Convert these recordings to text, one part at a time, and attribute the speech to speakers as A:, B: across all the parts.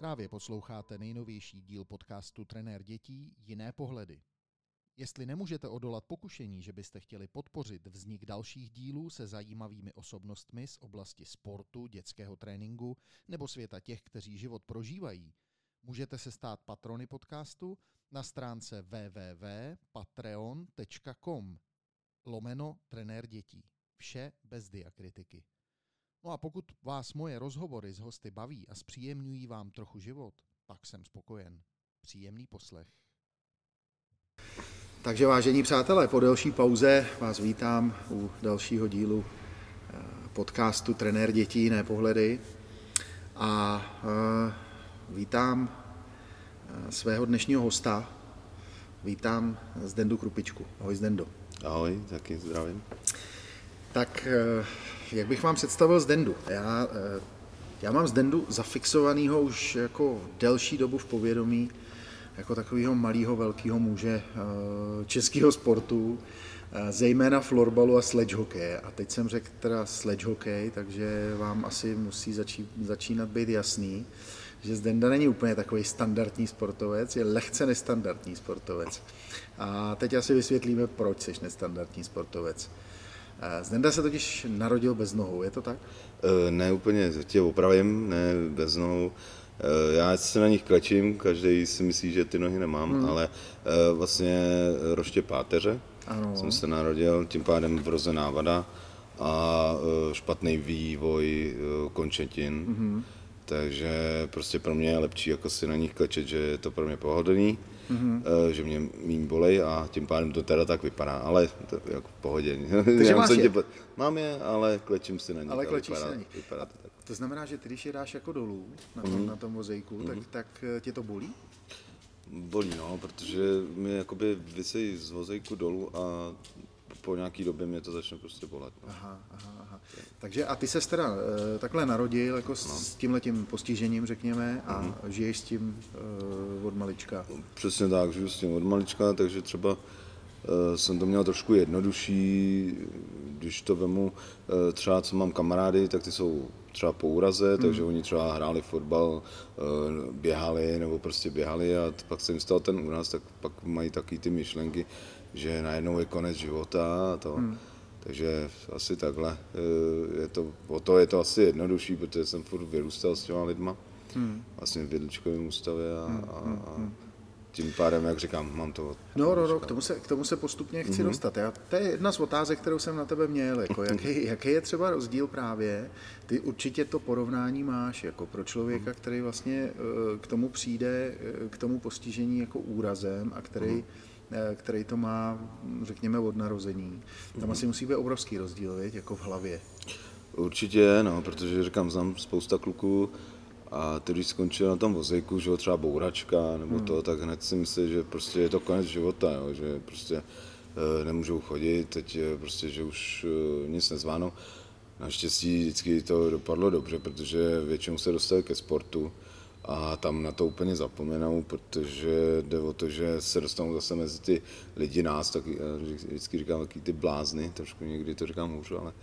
A: Právě posloucháte nejnovější díl podcastu Trenér dětí Jiné pohledy. Jestli nemůžete odolat pokušení, že byste chtěli podpořit vznik dalších dílů se zajímavými osobnostmi z oblasti sportu, dětského tréninku nebo světa těch, kteří život prožívají, můžete se stát patrony podcastu na stránce www.patreon.com/trenér dětí. Vše bez diakritiky. No a pokud vás moje rozhovory s hosty baví a zpříjemňují vám trochu život, pak jsem spokojen. Příjemný poslech. Takže vážení přátelé, po delší pauze vás vítám u dalšího dílu podcastu Trenér dětí Jiné pohledy a vítám svého dnešního hosta. Vítám Zdendu Krupičku. Ahoj Zdendo.
B: Ahoj, taky zdravím.
A: Tak jak bych vám představil Zdendu? Já mám Zdendu zafixovanýho už jako delší dobu v povědomí, jako takového malého, velkého muže českého sportu, zejména florbalu a sledge hokeje. A teď jsem řekl teda sledge hokej, takže vám asi musí začínat být jasný, že Zdenda není úplně takový standardní sportovec, je lehce nestandardní sportovec. A teď asi vysvětlíme, proč jsi nestandardní sportovec. Zdenda se totiž narodil bez nohou, je to tak?
B: Ne úplně, tě opravím, ne bez nohou. Já se na nich klečím, každý si myslí, že ty nohy nemám, ale vlastně roště páteře. Ano. Jsem se narodil, tím pádem vrozená vada a špatný vývoj končetin. Mm-hmm. Takže prostě pro mě je lepší jako si na nich klečet, že je to pro mě pohodlný, že mě míň bolej a tím pádem to teda tak vypadá, ale to jako v pohodě.
A: Takže máš je?
B: Mám je, ale klečím si na nich.
A: Ale klečíš si na nich.
B: Vypadá to tak.
A: To znamená, že ty, když je dáš jako dolů na tom vozejku, tak tě to bolí?
B: Bolí, no, protože mi jakoby vysejí z vozejku dolů a po nějaký době mě to začne prostě bolet. No.
A: Aha. Takže a ty ses teda takhle narodil jako s tímhletím postižením, řekněme, a žiješ s tím od malička?
B: Přesně tak, žiju s tím od malička, takže třeba jsem to měl trošku jednodušší, když to vemu, třeba co mám kamarády, tak ty jsou třeba po úraze, takže oni třeba hráli fotbal, běhali nebo prostě běhali a pak se jim stal ten úraz, tak pak mají taky ty myšlenky, že najednou je konec života a to. Takže asi takhle. Je to asi jednodušší, protože jsem furt vyrůstal s těma lidma, vlastně v Vidličkovém ústavě a tím pádem, jak říkám, mám to.
A: No, k tomu se postupně chci dostat. To je jedna z otázek, kterou jsem na tebe měl. Jako jaký je třeba rozdíl právě? Ty určitě to porovnání máš jako pro člověka, který vlastně k tomu přijde, k tomu postižení jako úrazem a který to má, řekněme, od narození. Tam asi musí být obrovský rozdíl, jako v hlavě.
B: Určitě, no, protože říkám, znám spousta kluků a ty, když skončil na tom vozejku, že třeba bouračka nebo to, tak hned si myslí, že prostě je to konec života, jo, že prostě nemůžou chodit, teď prostě, že už nic nezvládnou. Naštěstí vždycky to dopadlo dobře, protože většinou se dostali ke sportu a tam na to úplně zapomenou, protože jde o to, že se dostanou zase mezi ty lidi nás, tak vždycky říkám taky ty blázny, trošku někdy to říkám hůř, ale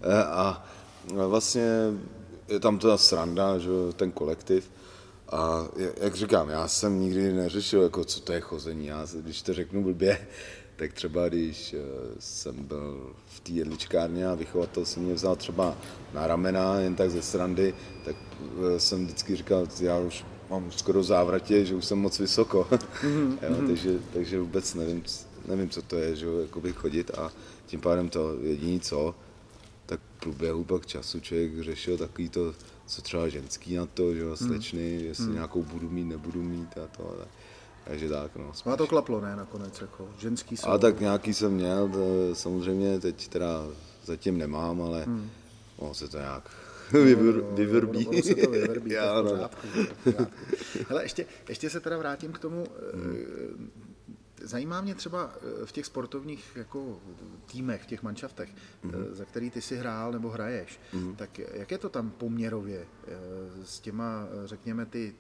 B: a vlastně je tam ta sranda, že ten kolektiv a jak říkám, já jsem nikdy neřešil, jako co to je chození, když to řeknu blbě, tak třeba když jsem byl v té jedličkárně a vychovatel si mě vzal třeba na ramena, jen tak ze srandy, tak jsem vždycky říkal, já už mám skoro závratě, že už jsem moc vysoko, takže vůbec nevím, co to je, že jakoby chodit a tím pádem to jediný co, tak v průběhu pak času člověk řešil takový to, co třeba ženský na to, že slečny, jestli nějakou budu mít, nebudu mít a to. Takže tak, no.
A: Má to klaplo, ne, nakonec, jako ženský jsou.
B: A tak nějaký jsem měl, samozřejmě teď teda zatím nemám, ale se to nějak vyvrbí.
A: Ono se to vyvrbí, to v pořádku. Hele, ještě se teda vrátím k tomu, zajímá mě třeba v těch sportovních jako týmech, v těch manšaftech, za který ty si hrál nebo hraješ, tak jak je to tam poměrově s těma, řekněme, ty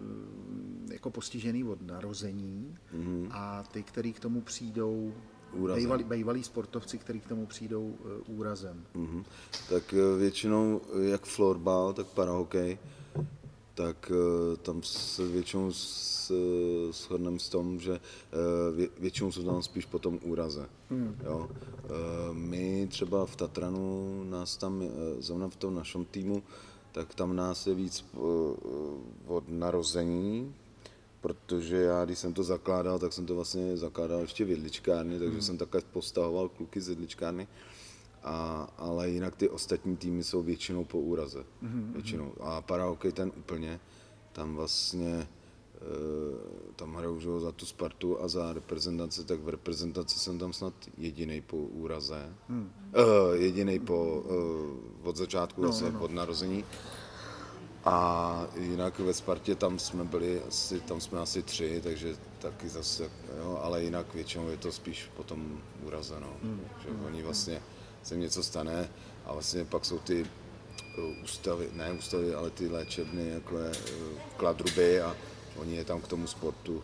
A: jako postižený od narození a ty, který k tomu přijdou bývalí sportovci, kteří k tomu přijdou úrazem?
B: Tak většinou jak florbal, tak parahokej, tak tam se většinou shodneme s tom, že většinou jsou tam spíš potom úraze. Jo? My třeba v Tatranu, nás tam, zrovna v tom našem týmu, tak tam nás je víc od narození, protože já, když jsem to zakládal, tak jsem to vlastně zakládal ještě v jedličkárně, takže jsem takhle postahoval kluky z jedličkárny. Ale jinak ty ostatní týmy jsou většinou po úraze. Většinou. A parahokej ten úplně, tam vlastně tam hrajou za tu Spartu a za reprezentaci, tak v reprezentaci jsem tam snad jedinej po úraze. Jedinej od začátku, vlastně od narození. A jinak ve Spartě tam jsme byli asi 3, takže taky zase, jo, ale jinak většinou je to spíš potom úraze, no. Že oni vlastně se jim něco stane a vlastně pak jsou ty ústavy, ale ty léčebny, jako je Kladruby a oni je tam k tomu sportu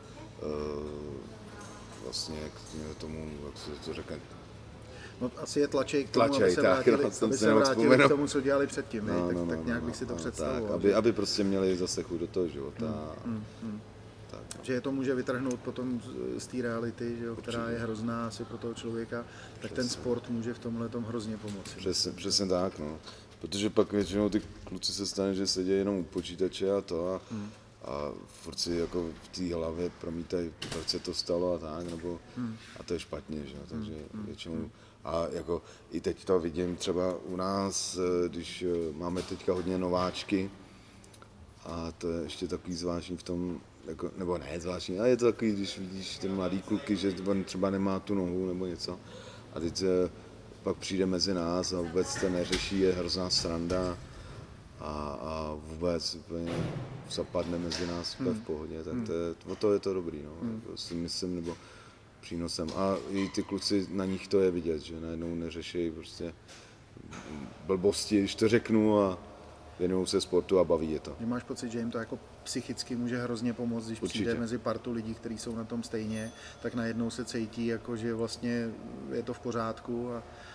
B: vlastně k tomu, jak se to řekne.
A: No asi je tlačej k tomu, aby se vrátili k tomu, co dělali předtím, tak nějak bych si to představoval.
B: Tak, aby prostě měli zase chuť do toho života.
A: Tak. Že je to může vytrhnout potom z té reality, že jo, která je hrozná asi pro toho člověka, tak ten sport může v tomhle tom hrozně pomoci.
B: Přesně tak, no. Protože pak většinou ty kluci se stane, že sedí jenom u počítače a to a furt si jako v té hlavě promítají, proč se to stalo a tak, nebo a to je špatně, že jo, takže většinou a jako i teď to vidím třeba u nás, když máme teďka hodně nováčky a to je ještě takový zvláštní v tom, jako, nebo ne zvláštní, ale je to takový, když vidíš ty mladý kluky, že třeba nemá tu nohu nebo něco a teď pak přijde mezi nás a vůbec to neřeší, je hrozná sranda a vůbec úplně zapadne mezi nás úplně v pohodě, tak to je to dobrý, no, jako si myslím, nebo přínosem. A i ty kluci, na nich to je vidět, že najednou neřeší prostě blbosti, když to řeknu a věnují se sportu a baví je to.
A: Máš pocit, že jim to jako psychicky může hrozně pomoct, když přijde mezi partu lidí, kteří jsou na tom stejně, tak najednou se cítí, jako, že vlastně je to v pořádku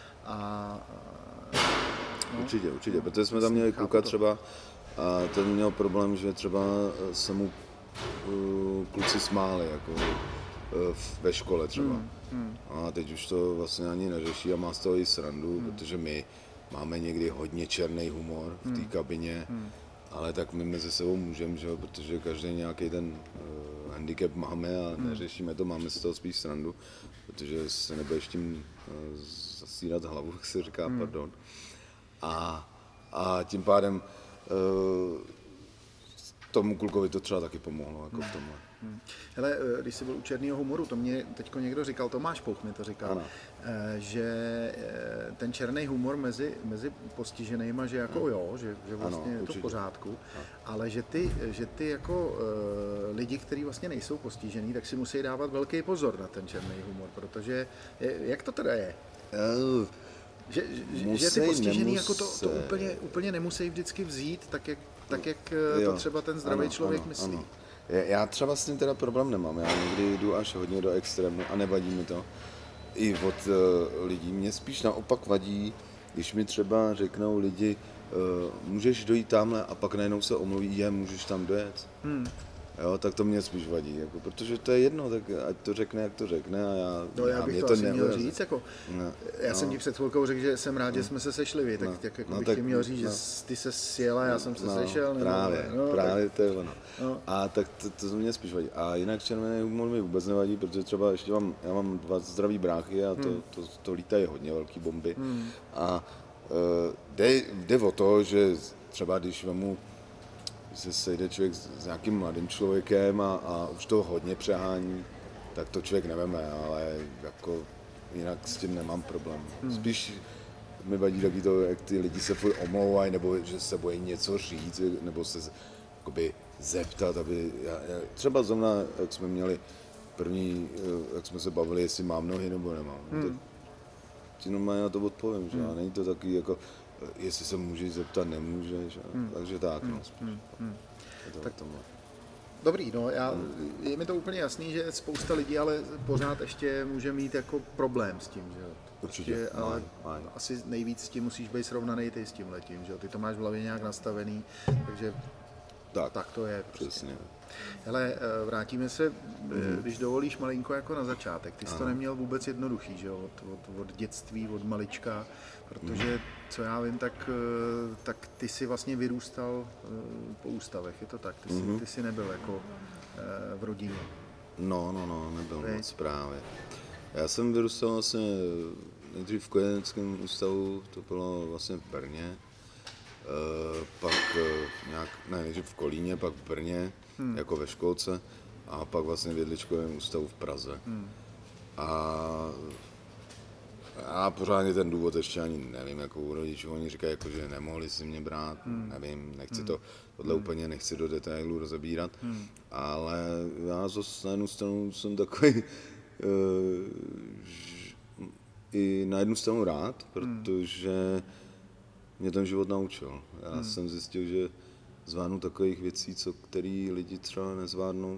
B: no. Určitě, protože jsme tam měli kluka třeba a ten měl problém, že třeba se mu kluci smáli, jako ve škole třeba. A teď už to vlastně ani neřeší a má z toho i srandu, protože my máme někdy hodně černý humor v té kabině, ale tak my mezi sebou můžeme, že jo, protože každý nějaký ten handicap máme a neřešíme to, máme z toho spíš srandu, protože se nebudeš tím zasírat hlavu, jak se říká, pardon. A tím pádem tomu klukovi to třeba taky pomohlo, jako v tomhle.
A: Hele, když jsi byl u černého humoru, to mě teďko někdo říkal, Tomáš Pouch mi to říkal, že ten černý humor mezi postiženýma, že jako že vlastně je to v pořádku, ale že ty jako lidi, kteří vlastně nejsou postižený, tak si musí dávat velký pozor na ten černý humor, protože jak to teda je? Že ty postižený jako to úplně nemusí vždycky vzít, tak jak to třeba ten zdravý člověk myslí.
B: Ano. Já třeba s tím teda problém nemám, já někdy jdu až hodně do extrému a nevadí mi to. I od lidí, mě spíš naopak vadí, když mi třeba řeknou lidi, můžeš dojít tamhle a pak najednou se omluví, můžeš tam dojet. Jo, tak to mě spíš vadí, jako, protože to je jedno, tak ať to řekne, jak to řekne a
A: já bych to asi měl říct, jako, já jsem ti před chvilkou řekl, že jsem rád, že jsme se sešli, tak jako bych ti měl říct, že ty se sjela, já jsem se sešel.
B: Právě to je ono. A tak to mě spíš vadí. A jinak červený humor mi vůbec nevadí, protože třeba ještě já mám 2 zdraví bráchy a to lítají hodně velký bomby. A jde o to, že třeba když se sejde člověk s nějakým mladým člověkem a už to hodně přehání, tak to člověk neveme, ale jako jinak s tím nemám problém. Spíš mi vadí taky to, jak ty lidi se furt omlouvají, nebo že se bojí něco říct, nebo se jakoby zeptat, aby třeba zrovna, jak jsme měli první, jak jsme se bavili, jestli mám nohy nebo nemám. Tak ti normálně na to odpovím, že? A není to taky jako jestli se můžeš zeptat, nemůžeš, takže tak, no, spíš.
A: Tak dobrý, no, je mi to úplně jasný, že spousta lidí, ale pořád ještě může mít jako problém s tím, že jo.
B: Určitě,
A: ale asi nejvíc s tím musíš být srovnaný ty s tím letím, že jo. Ty to máš v hlavě nějak nastavený, takže tak to je.
B: Přesně.
A: Hele, vrátíme se, když dovolíš, malinko jako na začátek. Ty jsi to neměl vůbec jednoduchý, že jo? Od dětství, od malička, protože, co já vím, tak ty jsi vlastně vyrůstal po ústavech, je to tak? Ty jsi nebyl jako v rodině.
B: No, nebyl moc právě. Já jsem vyrůstal vlastně nejdřív v kojeneckém ústavu, to bylo vlastně v Brně, pak nejdřív v Kolíně, pak v Brně, jako ve školce, a pak vlastně v jedličkovém ústavu v Praze. A já pořádně ten důvod ještě ani nevím, jako u rodičů, oni říkají, jako, že nemohli si mě brát, nevím, nechci tohle úplně nechci do detailů rozebírat, ale já zase na jednu stranu jsem takový i na jednu stranu rád, protože mě ten život naučil. Já jsem zjistil, že zvládnu takových věcí, který lidi třeba nezvládnou,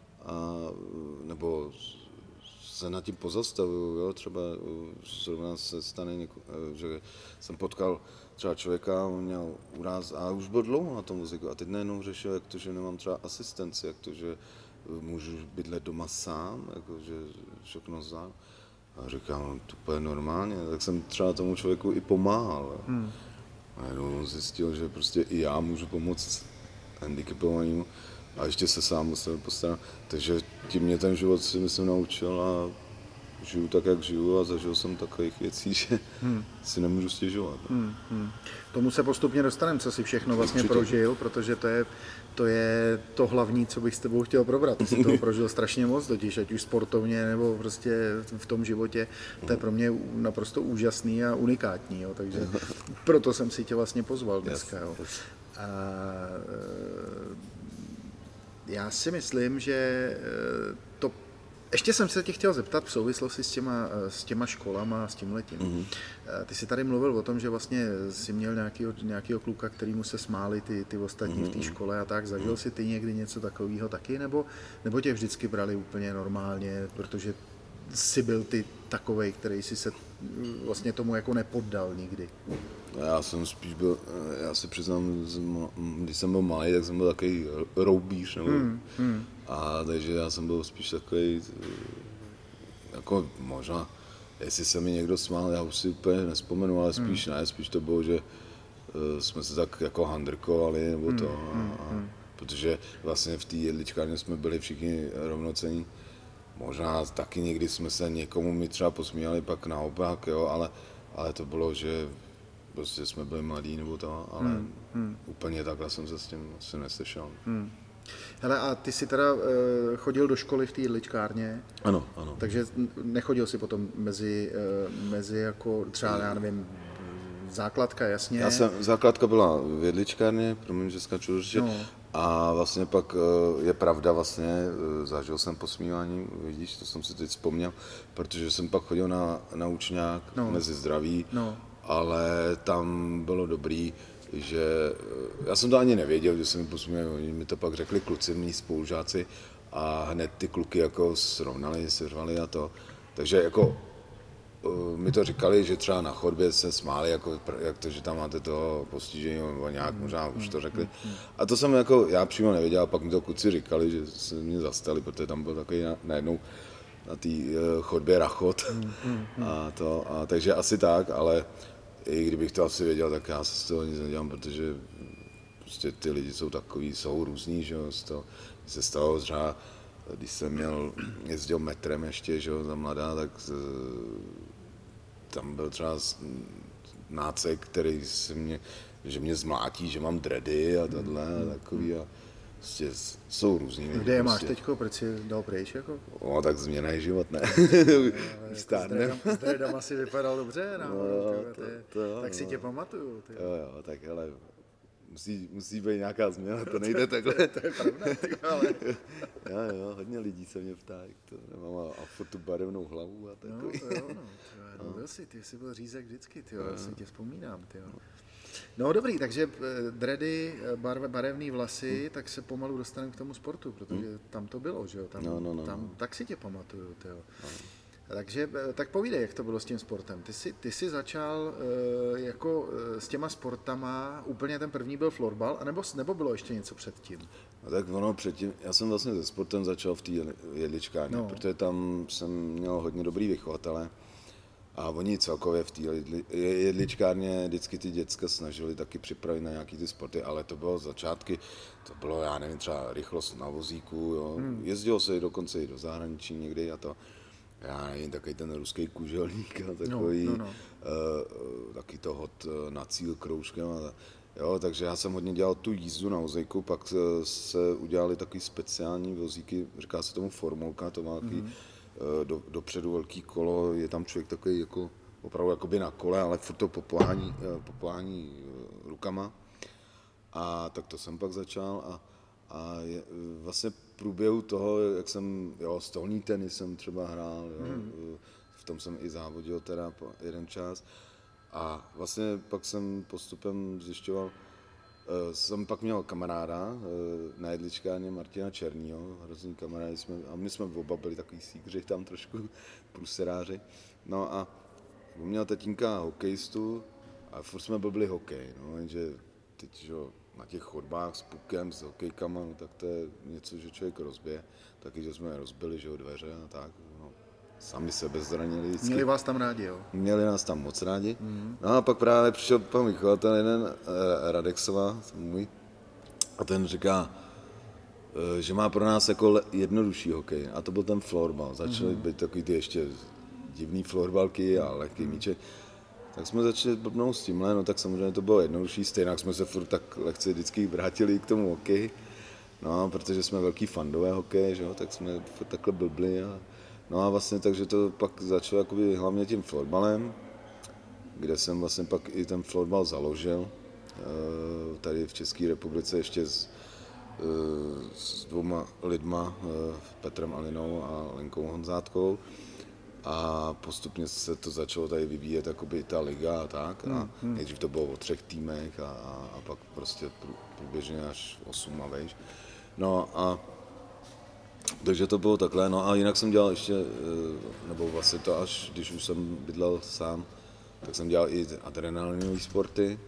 B: nebo se nad tím pozastavuju, jo? Třeba zrovna se stane, že jsem potkal třeba člověka, on měl úraz a už byl dlouho na tom vozíku a teď najednou řešil, jak to, že nemám třeba asistenci, jak to, že můžu bydlet doma sám, jako, že všechno znám. A říkám, to je normálně, tak jsem třeba tomu člověku i pomáhal. A najednou zjistil, že prostě i já můžu pomoct handicapovanému a ještě se sám musel postarat. Takže tím mě ten život si myslím naučil a žiju tak, jak žiju a zažil jsem takových věcí, že si nemůžu stěžovat.
A: Tomu se postupně dostaneme, co si všechno vlastně prožil, protože to je to hlavní, co bych s tebou chtěl probrat. Ty jsi toho prožil strašně moc, totiž ať už sportovně nebo prostě v tom životě. To je pro mě naprosto úžasný a unikátní, jo, takže proto jsem si tě vlastně pozval dneska. Jo. Já si myslím, že to... Ještě jsem se tě chtěl zeptat v souvislosti s těma školama a s tímhletím. Ty jsi tady mluvil o tom, že vlastně jsi měl nějakýho kluka, kterýmu se smáli ty ostatní v té škole a tak. Zažil jsi ty někdy něco takového taky, nebo tě vždycky brali úplně normálně, protože jsi byl ty takovej, který si se vlastně tomu jako nepoddal nikdy?
B: Já jsem spíš byl, já si přiznám, když jsem byl malý, tak jsem byl takový roubíř, nebo, a takže já jsem byl spíš takový, jako možná, jestli se mi někdo smál, já už si úplně nespomenu, ale spíš ne, spíš to bylo, že jsme se tak jako handrkovali, nebo to, protože vlastně v té jedličkárně jsme byli všichni rovnocení. Možná taky někdy jsme se někomu mi třeba posmíjali, pak naopak, jo, ale to bylo, že prostě jsme byli mladí nebo to, ale úplně takhle jsem se s tím asi nesešel.
A: Hele, a ty jsi teda chodil do školy v té jedličkárně?
B: Ano.
A: Takže nechodil jsi potom mezi jako třeba, já nevím, základka, jasně?
B: Základka byla v jedličkárně, promiň, že skáču určitě. No. A vlastně pak je pravda, vlastně zažil jsem posmívání, vidíš, to jsem si teď vzpomněl, protože jsem pak chodil na učňák mezi zdraví, ale tam bylo dobrý, že já jsem to ani nevěděl, že se mi posmívali, oni mi to pak řekli kluci, mý spolužáci a hned ty kluky jako srovnali, seřvali a to, takže jako mi to říkali, že třeba na chodbě se smáli, jako, jak to, že tam máte toho postižení, nebo nějak možná už to řekli. A to jsem jako, já přímo nevěděl, a pak mi to kluci říkali, že se mě zastali, protože tam byl takový najednou na té chodbě rachot. Takže asi tak, ale i kdybych to asi věděl, tak já se z toho nic nedělám, protože prostě ty lidi jsou takový, jsou různí, že jo, se stalo třeba, když jsem jezdil metrem ještě, že jo, za mladá, tak tam byl třeba nácek, který že mě zmlátí, že mám dready a tohle a takový a prostě jsou různý.
A: Kde je máš teďko, proč jsi dal pryč jako?
B: No, tak změna je život, ne?
A: S dreadama si vypadal dobře, tak si tě pamatuju.
B: Jo, tak hele, musí být nějaká změna, to nejde takhle.
A: To je pravda, ale...
B: Jo, hodně lidí se mě ptá, jak to nemám a furt tu barevnou hlavu a takový.
A: Byl ty jsi byl řízek vždycky, já si tě vzpomínám, No dobrý, takže dready, barevný vlasy, tak se pomalu dostaneme k tomu sportu, protože tam to bylo, že jo? Tam, tak si tě pamatuju, Takže tak povídej, jak to bylo s tím sportem. Ty jsi začal s těma sportama, úplně ten první byl florbal, nebo bylo ještě něco předtím?
B: No tak ono předtím, já jsem vlastně se sportem začal v té jedličkárně, protože tam jsem měl hodně dobrý vychovatele a oni celkově v té jedličkárně vždycky ty děcka snažili taky připravit na nějaký ty sporty, ale to bylo začátky, to bylo, já nevím, třeba rychlost na vozíku, jo. Jezdilo se dokonce i do zahraničí někdy a to. Já nevím, takový ten ruský kuželník a takový, taky to hod na cíl kroužkem. Jo, takže já jsem hodně dělal tu jízdu na vozejku, pak se udělali takový speciální vozíky, říká se tomu formulka, to má takový dopředu velký kolo, je tam člověk takový jako opravdu jakoby na kole, ale furt to popohání rukama. A tak to jsem pak začal a vlastně v průběhu toho, jak jsem, stolní tenis jsem třeba hrál, v tom jsem i závodil teda po jeden čas a vlastně pak jsem postupem zjišťoval, jsem pak měl kamaráda na jedličkárně Martina Černýho, hrozný kamarádi a my jsme oba byli takový síkři tam trošku, pruseráři, no a on měl tatínka hokejistu a furt jsme byli hokej, no, jenže teď, že na těch chodbách s pukem, s hokejkama, no, tak to je něco, že člověk rozbije, taky, že jsme rozbili, že dveře a tak, no, sami sebe zranili vždycky.
A: Měli vás tam rádi, jo?
B: Měli nás tam moc rádi. No a pak právě přišel pan vychovatel jeden, Radexova, můj, a ten říká, že má pro nás jako jednodušší hokej, a to byl ten florbal. Začaly být takový ty ještě divný florbalky a lehký míček. Tak jsme začali blbnout s tímhle, no tak samozřejmě to bylo jednodušší, stejně jsme se furt tak lehce vždycky vrátili k tomu hokeji, no, protože jsme velký fandové hokeje, že jo, tak jsme furt takhle blbli no a vlastně takže to pak začalo jakoby hlavně tím florbalem, kde jsem vlastně pak i ten florbal založil, tady v České republice ještě s dvouma lidma, Petrem Alinou a Lenkou Honzátkou. A postupně se to začalo tady vyvíjet jakoby ta liga a tak. A nejdřív to bylo o 3 týmech a pak prostě průběžně až 8 a vejš. No a takže to bylo takhle. No a jinak jsem dělal ještě, nebo vlastně to až, když už jsem bydlel sám, tak jsem dělal i adrenalinové sporty.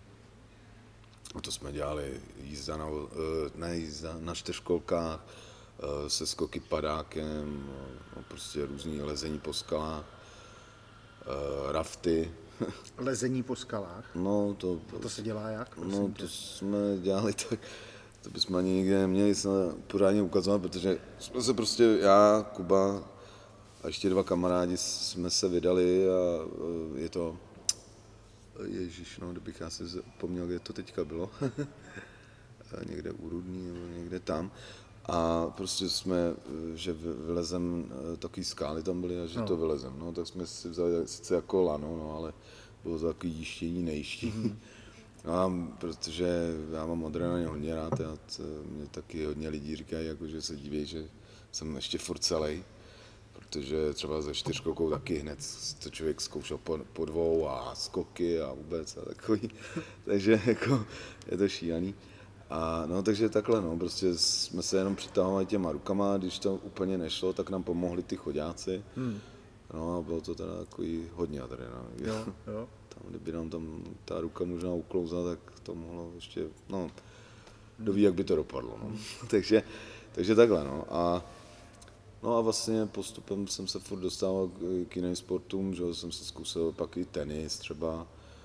B: A to jsme dělali jízda na 4kolkách, se skoky padákem, no prostě různý lezení po skalách, rafty.
A: Lezení po skalách?
B: No
A: to se dělá jak?
B: No to jsme dělali tak, to bychom ani nikdy neměli se pořádně ukazovat, protože jsme se prostě, já, Kuba a ještě 2 kamarádi jsme se vydali a je to, ježiš, no kdybych já si zapomněl, kde to teďka bylo, někde u Rudný nebo někde tam. A prostě jsme, že vylezem, takový skály tam byly a že to vylezem, no, tak jsme si vzali sice jako lano, no, ale bylo to takový jištění, nejištění. No a protože já mám adrenalin hodně rád a mě taky hodně lidí říkají, jako, že se diví, že jsem ještě furt celej, protože třeba ze 4kolkou taky hned to člověk zkoušel po 2 a skoky a vůbec a takový, takže jako je to šílený. A no, takže takhle, no, prostě jsme se jenom přitahovali těma rukama, když to úplně nešlo, tak nám pomohli ty chodáci. No a bylo to teda takový hodně adrenalin.
A: Jo.
B: Tam, kdyby nám tam ta ruka možná uklouzla, tak to mohlo ještě, no, kdo ví, jak by to dopadlo, no. takže takhle, no. No a vlastně postupem jsem se furt dostával k jiným sportům, že jsem se zkusil pak i tenis třeba.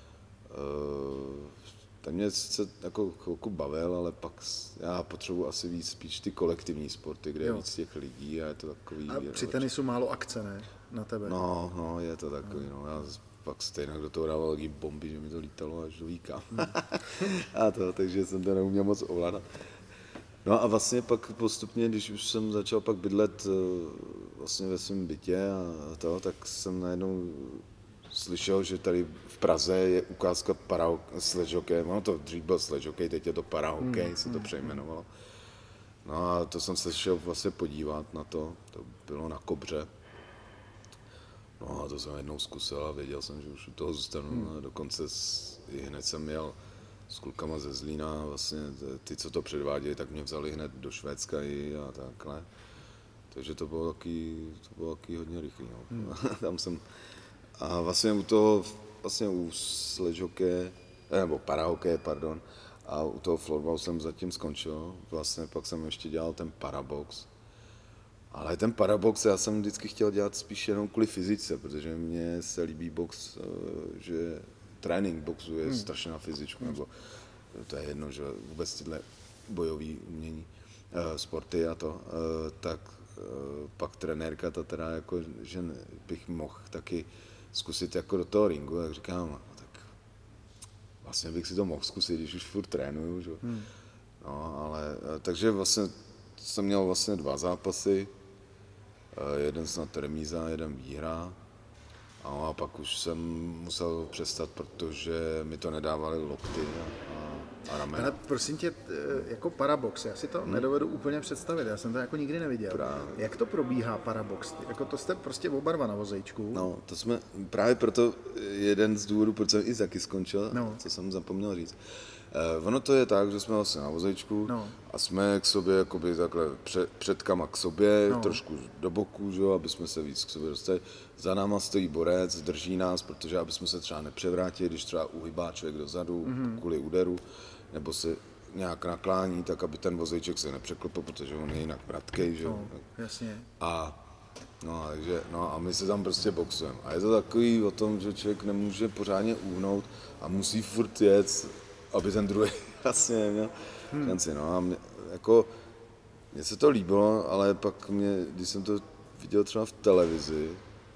B: Ten mě se jako chvilku bavil, ale pak já potřebuji asi víc spíš ty kolektivní sporty, kde je víc těch lidí a je to takový...
A: A při tenisu málo akce, ne? Na tebe?
B: No, je to takový, no. Já pak stejně do toho dával taky bomby, že mi to lítalo až do víka. Takže jsem to neuměl moc ovládat. No a vlastně pak postupně, když už jsem začal pak bydlet vlastně ve svém bytě a to, tak jsem najednou slyšel, že tady v Praze je ukázka sledge-hokeje, no to dřív byl sledge-hokej, teď je to parahokej, se to přejmenovalo. No a to jsem se šel vlastně podívat na to bylo na Kobře. No a to jsem jednou zkusil a věděl jsem, že už u toho zůstanu. Dokonce hned jsem jel s klukama ze Zlína, vlastně ty, co to předvádějí, tak mě vzali hned do Švédska a takhle. Takže to bylo taky hodně rychlý. No. Tam jsem, a vlastně u toho, vlastně u sledgehokeje, nebo parahokeje, pardon, a u toho florbalu jsem zatím skončil. Vlastně pak jsem ještě dělal ten parabox. Ale ten parabox já jsem vždycky chtěl dělat spíš jenom kvůli fyzice, protože mně se líbí box, že trénink boxu je strašně na fyzičku, nebo to je jedno, že vůbec tyhle bojový umění, sporty a to, tak pak trenérka ta teda jako, že bych mohl taky zkusit jako do toho ringu, tak říkám, tak vlastně bych si to mohl zkusit, když už furt trénuju, že? No, ale takže vlastně jsem měl vlastně 2 zápasy, jeden snad remíza, jeden výhra. A pak už jsem musel přestat, protože mi to nedávali lokty a ramena.
A: Ale prosím tě, jako parabox, já si to nedovedu úplně představit, já jsem to jako nikdy neviděl.
B: Právě.
A: Jak to probíhá parabox? Jako to jste prostě oba dva na vozejčku.
B: No, to jsme, právě proto jeden z důvodů, proč jsem i taky skončil,
A: No.
B: co jsem zapomněl říct. Ono to je tak, že jsme vlastně na vozejčku a jsme k sobě jakoby takhle předkama k sobě, trošku do boku, že, aby jsme se víc k sobě dostali. Za náma stojí borec, drží nás, protože aby jsme se třeba nepřevrátili, když třeba uhybá člověk dozadu kvůli úderu, nebo se nějak naklání, tak aby ten vozejček se nepřeklopil, protože on je jinak vratkej, že?
A: Jasně.
B: A my se tam prostě boxujeme. A je to takový o tom, že člověk nemůže pořádně uhnout a musí furt jet, aby ten druhý vlastně měl šanci. No a mně se to líbilo, ale pak když jsem to viděl třeba v televizi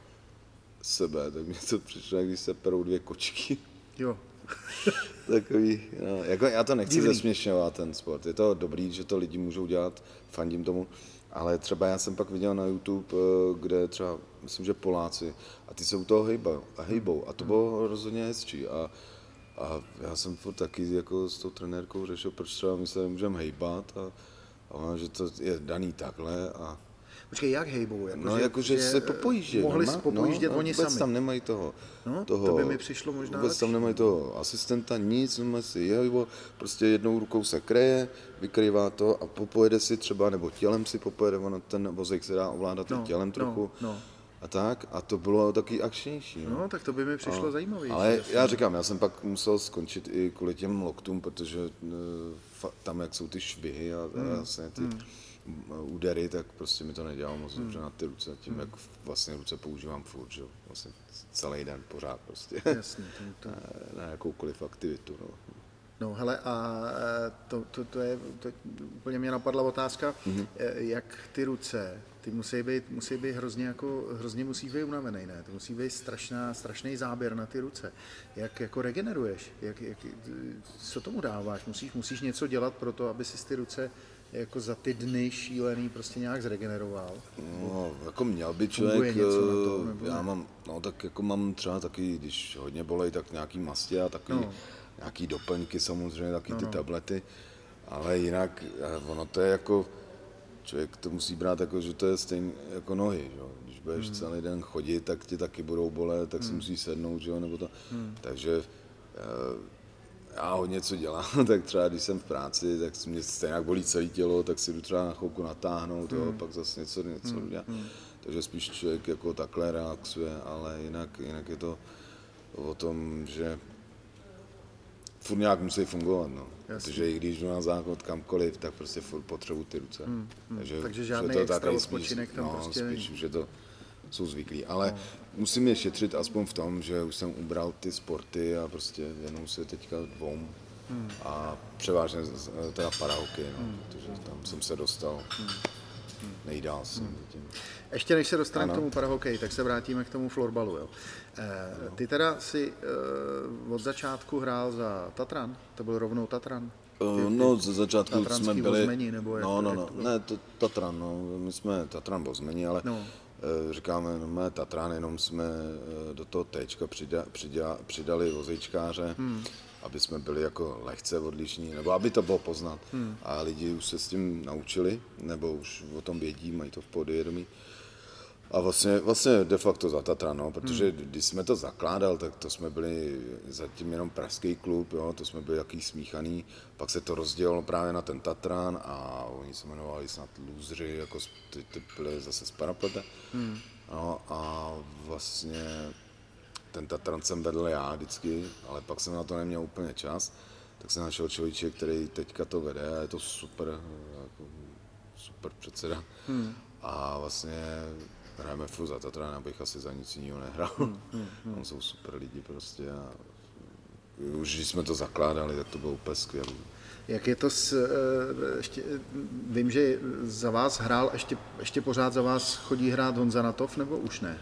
B: sebe, tak mě to přišlo, když se perou 2 kočky.
A: Jo.
B: Takový, no, jako já to nechci zesměšňovat ten sport, je to dobrý, že to lidi můžou dělat, fandím tomu, ale třeba já jsem pak viděl na YouTube, kde třeba, myslím, že Poláci, a ty se u toho hejbou a to bylo rozhodně hezčí a já jsem furt taky jako s tou trenérkou řešil, proč třeba my se nemůžeme hejbat a ona, že to je daný takhle a
A: Počkej, jak hejbou?
B: Že se popojíždějí.
A: Mohli se popojíždět oni
B: vůbec
A: sami.
B: tam nemají toho.
A: To by mi přišlo možná
B: vůbec tam nemají toho asistenta, nic, si jehlivo, prostě jednou rukou se kreje, vykrývá to a popojede si třeba, nebo tělem si popojede, ono ten vozejk se dá ovládat i tělem trochu. A tak, a to bylo taky akčnější.
A: No, tak to by mi přišlo zajímavější.
B: Ale já říkám, já jsem pak musel skončit i kvůli těm loktům, protože tam, jak jsou ty švihy a vlastně ty údery, tak prostě mi to nedělalo moc dobře na ty ruce, tím, jak vlastně ruce používám furt, že vlastně celý den pořád prostě.
A: Jasně,
B: na jakoukoliv aktivitu.
A: No hele, a to úplně mě napadla otázka, jak ty ruce, ty musí být hrozně musí být unavený, ne? To musí být strašný záběr na ty ruce. Jak jako regeneruješ? Co tomu dáváš? Musíš něco dělat pro to, aby si ty ruce jako za ty dny šílený prostě nějak zregeneroval?
B: No, jako měl by člověk,
A: něco na to,
B: já mám, tak jako mám třeba taky, když hodně bolej, tak nějaký masti a takový, nějaký doplňky samozřejmě, taky ty tablety, ale jinak ono to je jako, člověk to musí brát jako, že to je stejný jako nohy, že? Když budeš celý den chodit, tak ti taky budou bolet, tak si musíš sednout, že? Nebo to, takže já hodně co dělám, tak třeba když jsem v práci, tak mě stejně bolí celé tělo, tak si jdu třeba na chvilku natáhnout, pak zase něco udělat. Takže spíš člověk jako takhle relaxuje, ale jinak je to o tom, že furt nějak musí fungovat, no. Protože i když jdu na záchod kamkoliv, tak prostě furt potřebuji ty ruce.
A: Takže žádný extra odpočinek tam prostě není.
B: Spíš, že to jsou zvyklí, ale musím je šetřit aspoň v tom, že už jsem ubral ty sporty a prostě věnuju se teďka 2 a převážně teda parahokej, protože tam jsem se dostal nejdál jsem tím.
A: Ještě než se dostaneme k tomu parahokeji, tak se vrátíme k tomu florbalu. Jo. Ty teda si od začátku hrál za Tatran? To byl rovnou Tatran?
B: Ze začátku jsme byli...
A: Vozmeni, nebo
B: Tatran, my jsme Tatran Vozmeni, ale říkáme, Tatran, jenom jsme do toho Téčka přidali vozejčkáře, aby jsme byli jako lehce odlišní, nebo aby to bylo poznat. A lidi už se s tím naučili, nebo už o tom vědí, mají to v podvědomí. A vlastně de facto za Tatra, no, protože když jsme to zakládal, tak to jsme byli zatím jenom pražský klub, jo, to jsme byli jaký smíchaný, pak se to rozdělilo právě na ten Tatran a oni se jmenovali snad Lůzři, jako ty byli zase z Paraplete. No a vlastně ten Tatran jsem vedl já vždycky, ale pak jsem na to neměl úplně čas, tak jsem našel člověče, který teďka to vede a je to super, jako super předseda. A vlastně hrajeme furt za Tatran, abych asi za nic jiného nehrál. Tam jsou super lidi prostě a už když jsme to zakládali, tak to bylo úplně skvělé.
A: Jak je to vím, že za vás hrál, ještě pořád za vás chodí hrát Honza Natov, nebo už ne?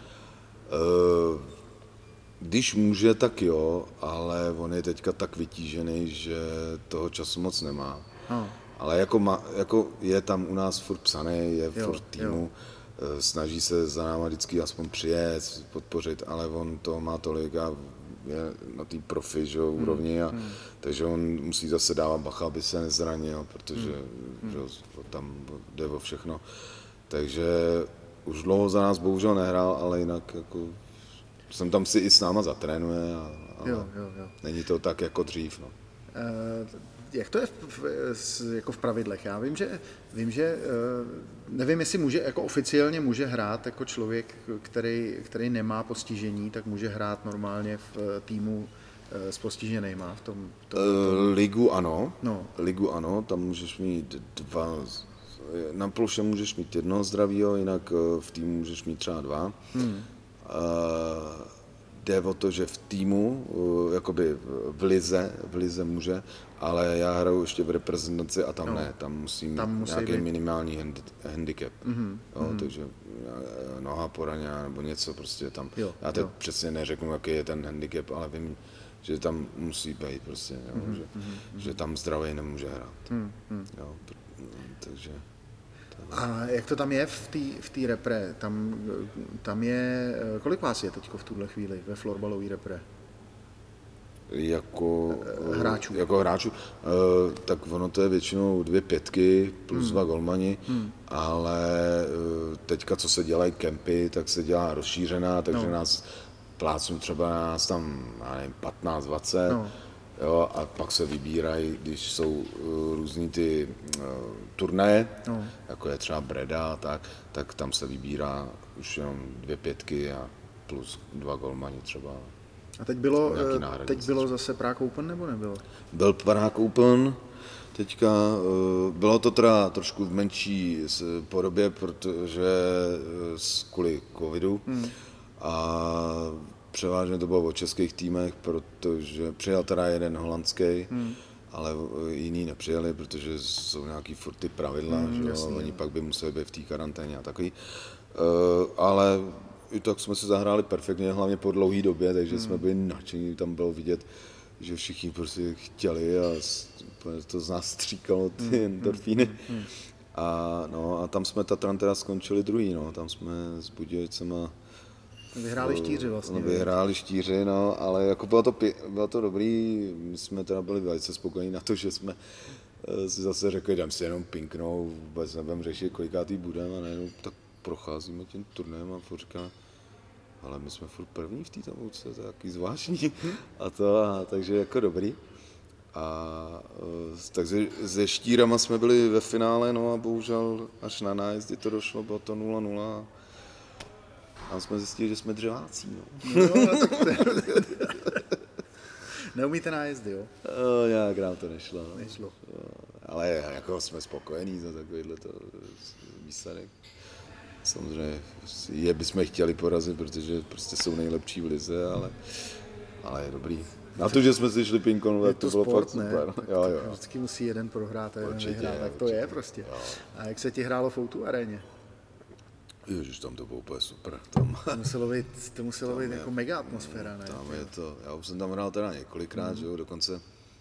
B: Když může, tak jo, ale on je teďka tak vytížený, že toho času moc nemá. Ale jako je tam u nás furt psaný, je furt týmu, snaží se za náma vždycky aspoň přijet, podpořit, ale on to má tolik a je na té profi, že, úrovni, takže on musí zase dávat bacha, aby se nezranil, protože že, tam jde o všechno. Takže už dlouho za nás bohužel nehrál, ale jinak jako jsem tam si i s náma zatrénuje, ale není to tak jako dřív. No.
A: Jak to je jako v pravidlech? Já vím, že nevím, jestli může, jako oficiálně může hrát jako člověk, který nemá postižení, tak může hrát normálně v týmu s postiženýma v tom.
B: Ligu ano,
A: no.
B: Ligu ano, tam můžeš mít na ploše můžeš mít jednoho zdravýho, jinak v týmu můžeš mít třeba dva. Jde o to, že v týmu, jakoby v lize může, ale já hraju ještě v reprezentaci a tam ne, tam musí mít nějaký být minimální handicap, takže noha poraněná nebo něco prostě tam. Já teď přesně neřeknu, jaký je ten handicap, ale vím, že tam musí být prostě, že tam zdravý nemůže hrát. Takže...
A: A jak to tam je v té repre? Tam je, kolik vás je teď v tuhle chvíli ve florbalové repre?
B: Jako
A: hráčů.
B: Tak ono to je většinou 2 pětky plus 2 golmani, ale teďka, co se dělají kempy, tak se dělá rozšířená, takže nás plácnu třeba nás tam, já nevím, 15-20, jo, a pak se vybírají, když jsou různý ty turnaje, jako je třeba Breda, tak tam se vybírá už jenom 2 pětky a plus 2 golmani třeba.
A: A teď bylo zase Prague Open, nebo nebylo?
B: Byl Prague Open, teďka bylo to teda trošku v menší podobě, protože kvůli covidu a převážně to bylo o českých týmech, protože přijel teda jeden holandský, ale jiní nepřijeli, protože jsou nějaký furt ty pravidla, že jo, oni pak by museli být v té karanténě a takový. Ale i tak jsme se zahráli perfektně, hlavně po dlouhé době, takže jsme byli nadšení, tam bylo vidět, že všichni prostě chtěli a to z nás stříkalo ty endorfíny. A tam jsme Tatran teda skončili druhý, tam jsme s Budějovicema
A: vyhráli Štíři vlastně.
B: Vyhráli Štíři, ale jako bylo to dobrý, my jsme teda byli velice spokojení na to, že jsme si zase řekli, jdem si jenom pinknout, vůbec nebudeme řešit, kolikátý budeme a najednou tak procházíme tím turnajem a furt říkáme, ale my jsme furt první v té tabulce, to je takový zvláštní takže jako dobrý. Takže se Štírama jsme byli ve finále, a bohužel až na nájezdy to došlo, bylo to 0-0. A jsme zjistili, že jsme dřeváci.
A: Neumíte nájezdy, jo?
B: Nějak nám to nešlo.
A: Nešlo.
B: Ale jako jsme spokojení za takovýhle výsledek. Samozřejmě je bychom chtěli porazit, protože prostě jsou nejlepší v lize, ale je dobrý. Na to, že jsme si šli pinkonovat, to bylo
A: sport,
B: fakt super. Jo.
A: Vždycky musí jeden prohrát a jeden vyhrát, tak to je prostě. Jo. A jak se ti hrálo v O2 aréně?
B: Ježiš, tam to bylo úplně super.
A: To muselo být jako mega atmosféra, ne?
B: Tam je to, já už jsem tam hrál teda několikrát, že jo, dokonce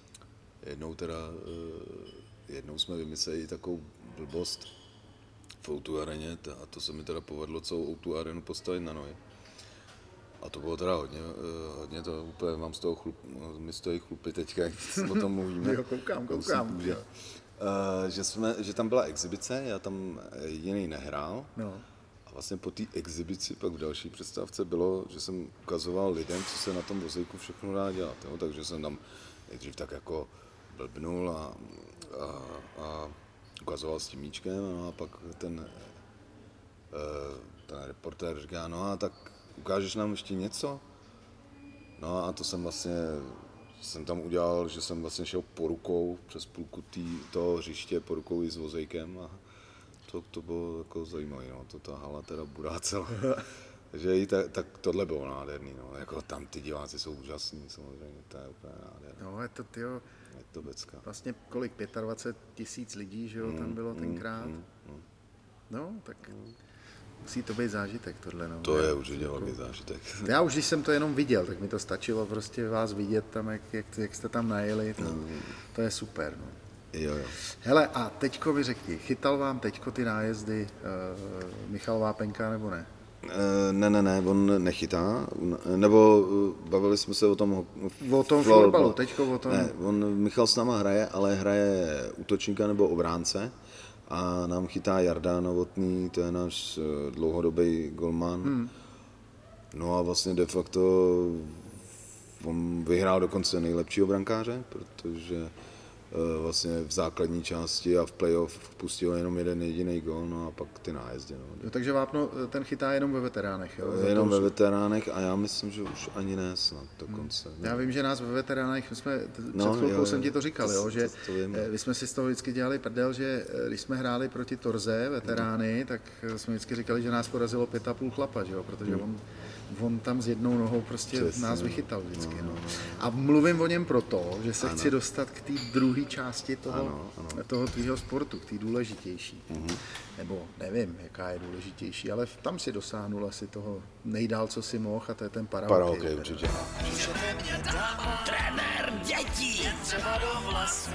B: jednou jsme vymysleli takovou blbost v O2 aréně a to se mi teda povedlo celou O2 arénu postavit na nohy. A to bylo teda hodně to úplně mám z toho mi stojí chlupy teďka, jak o tom mluvíme.
A: Jo, koukám.
B: Že tam byla exibice, já tam jediný nehrál.
A: No.
B: A vlastně po té exibici pak v další představce bylo, že jsem ukazoval lidem, co se na tom vozejku všechno dá dělat. Jo? Takže jsem tam nejdřív tak jako blbnul a ukazoval s tím míčkem, no a pak ten reportér říká, no a tak ukážeš nám ještě něco? No a to jsem tam udělal, že jsem vlastně šel po rukou přes půlku toho hřiště, po rukou i s vozejkem a to bylo jako zajímavé, no, ta hala teda budá celá. Takže i tak tohle bylo nádherný, no, jako tam ty diváci jsou úžasní, samozřejmě, to je úplně nádherné.
A: No, je to, tyjo,
B: je to becka.
A: Vlastně kolik, 25 000 lidí, že jo, tam bylo tenkrát. No, tak musí to být zážitek tohle, no.
B: To je určitě velký zážitek.
A: Já už, když jsem to jenom viděl, tak mi to stačilo prostě vás vidět tam, jak jste tam najeli, to je super, no.
B: Jo.
A: Hele, a teďko mi řekni, chytal vám teďko ty nájezdy Michal Vápenka, nebo ne?
B: Ne, on nechytá, nebo bavili jsme se o tom
A: florbalu, teďko o tom.
B: Ne, Michal s náma hraje, ale hraje útočníka nebo obránce a nám chytá Jarda Novotný, to je náš dlouhodobý golman. No a vlastně de facto on vyhrál dokonce nejlepšího brankáře, protože vlastně v základní části a v playoff pustil jenom jeden jediný gól, no a pak ty nájezdy. No.
A: Jo, takže Vápno ten chytá jenom ve veteránech, jo?
B: Jenom ve veteránech a já myslím, že už ani ne snad dokonce.
A: Já vím, že nás ve veteránech, před chvilkou jsem ti to říkal, jo, že my jsme si z toho vždycky dělali prdel, že když jsme hráli proti Torze, veterány, tak jsme vždycky říkali, že nás porazilo 5,5 chlapa, že jo, protože on tam s jednou nohou prostě nás vychytal vždycky. No. A mluvím o něm proto, že se chci dostat k té druhé části toho tvýho sportu, k té důležitější. Nebo nevím, jaká je důležitější, ale tam si dosáhnul asi toho nejdál, co si mohl, a to je ten
B: parahokej. Určitě.
C: Trenér dětí. Třeba do vlasů.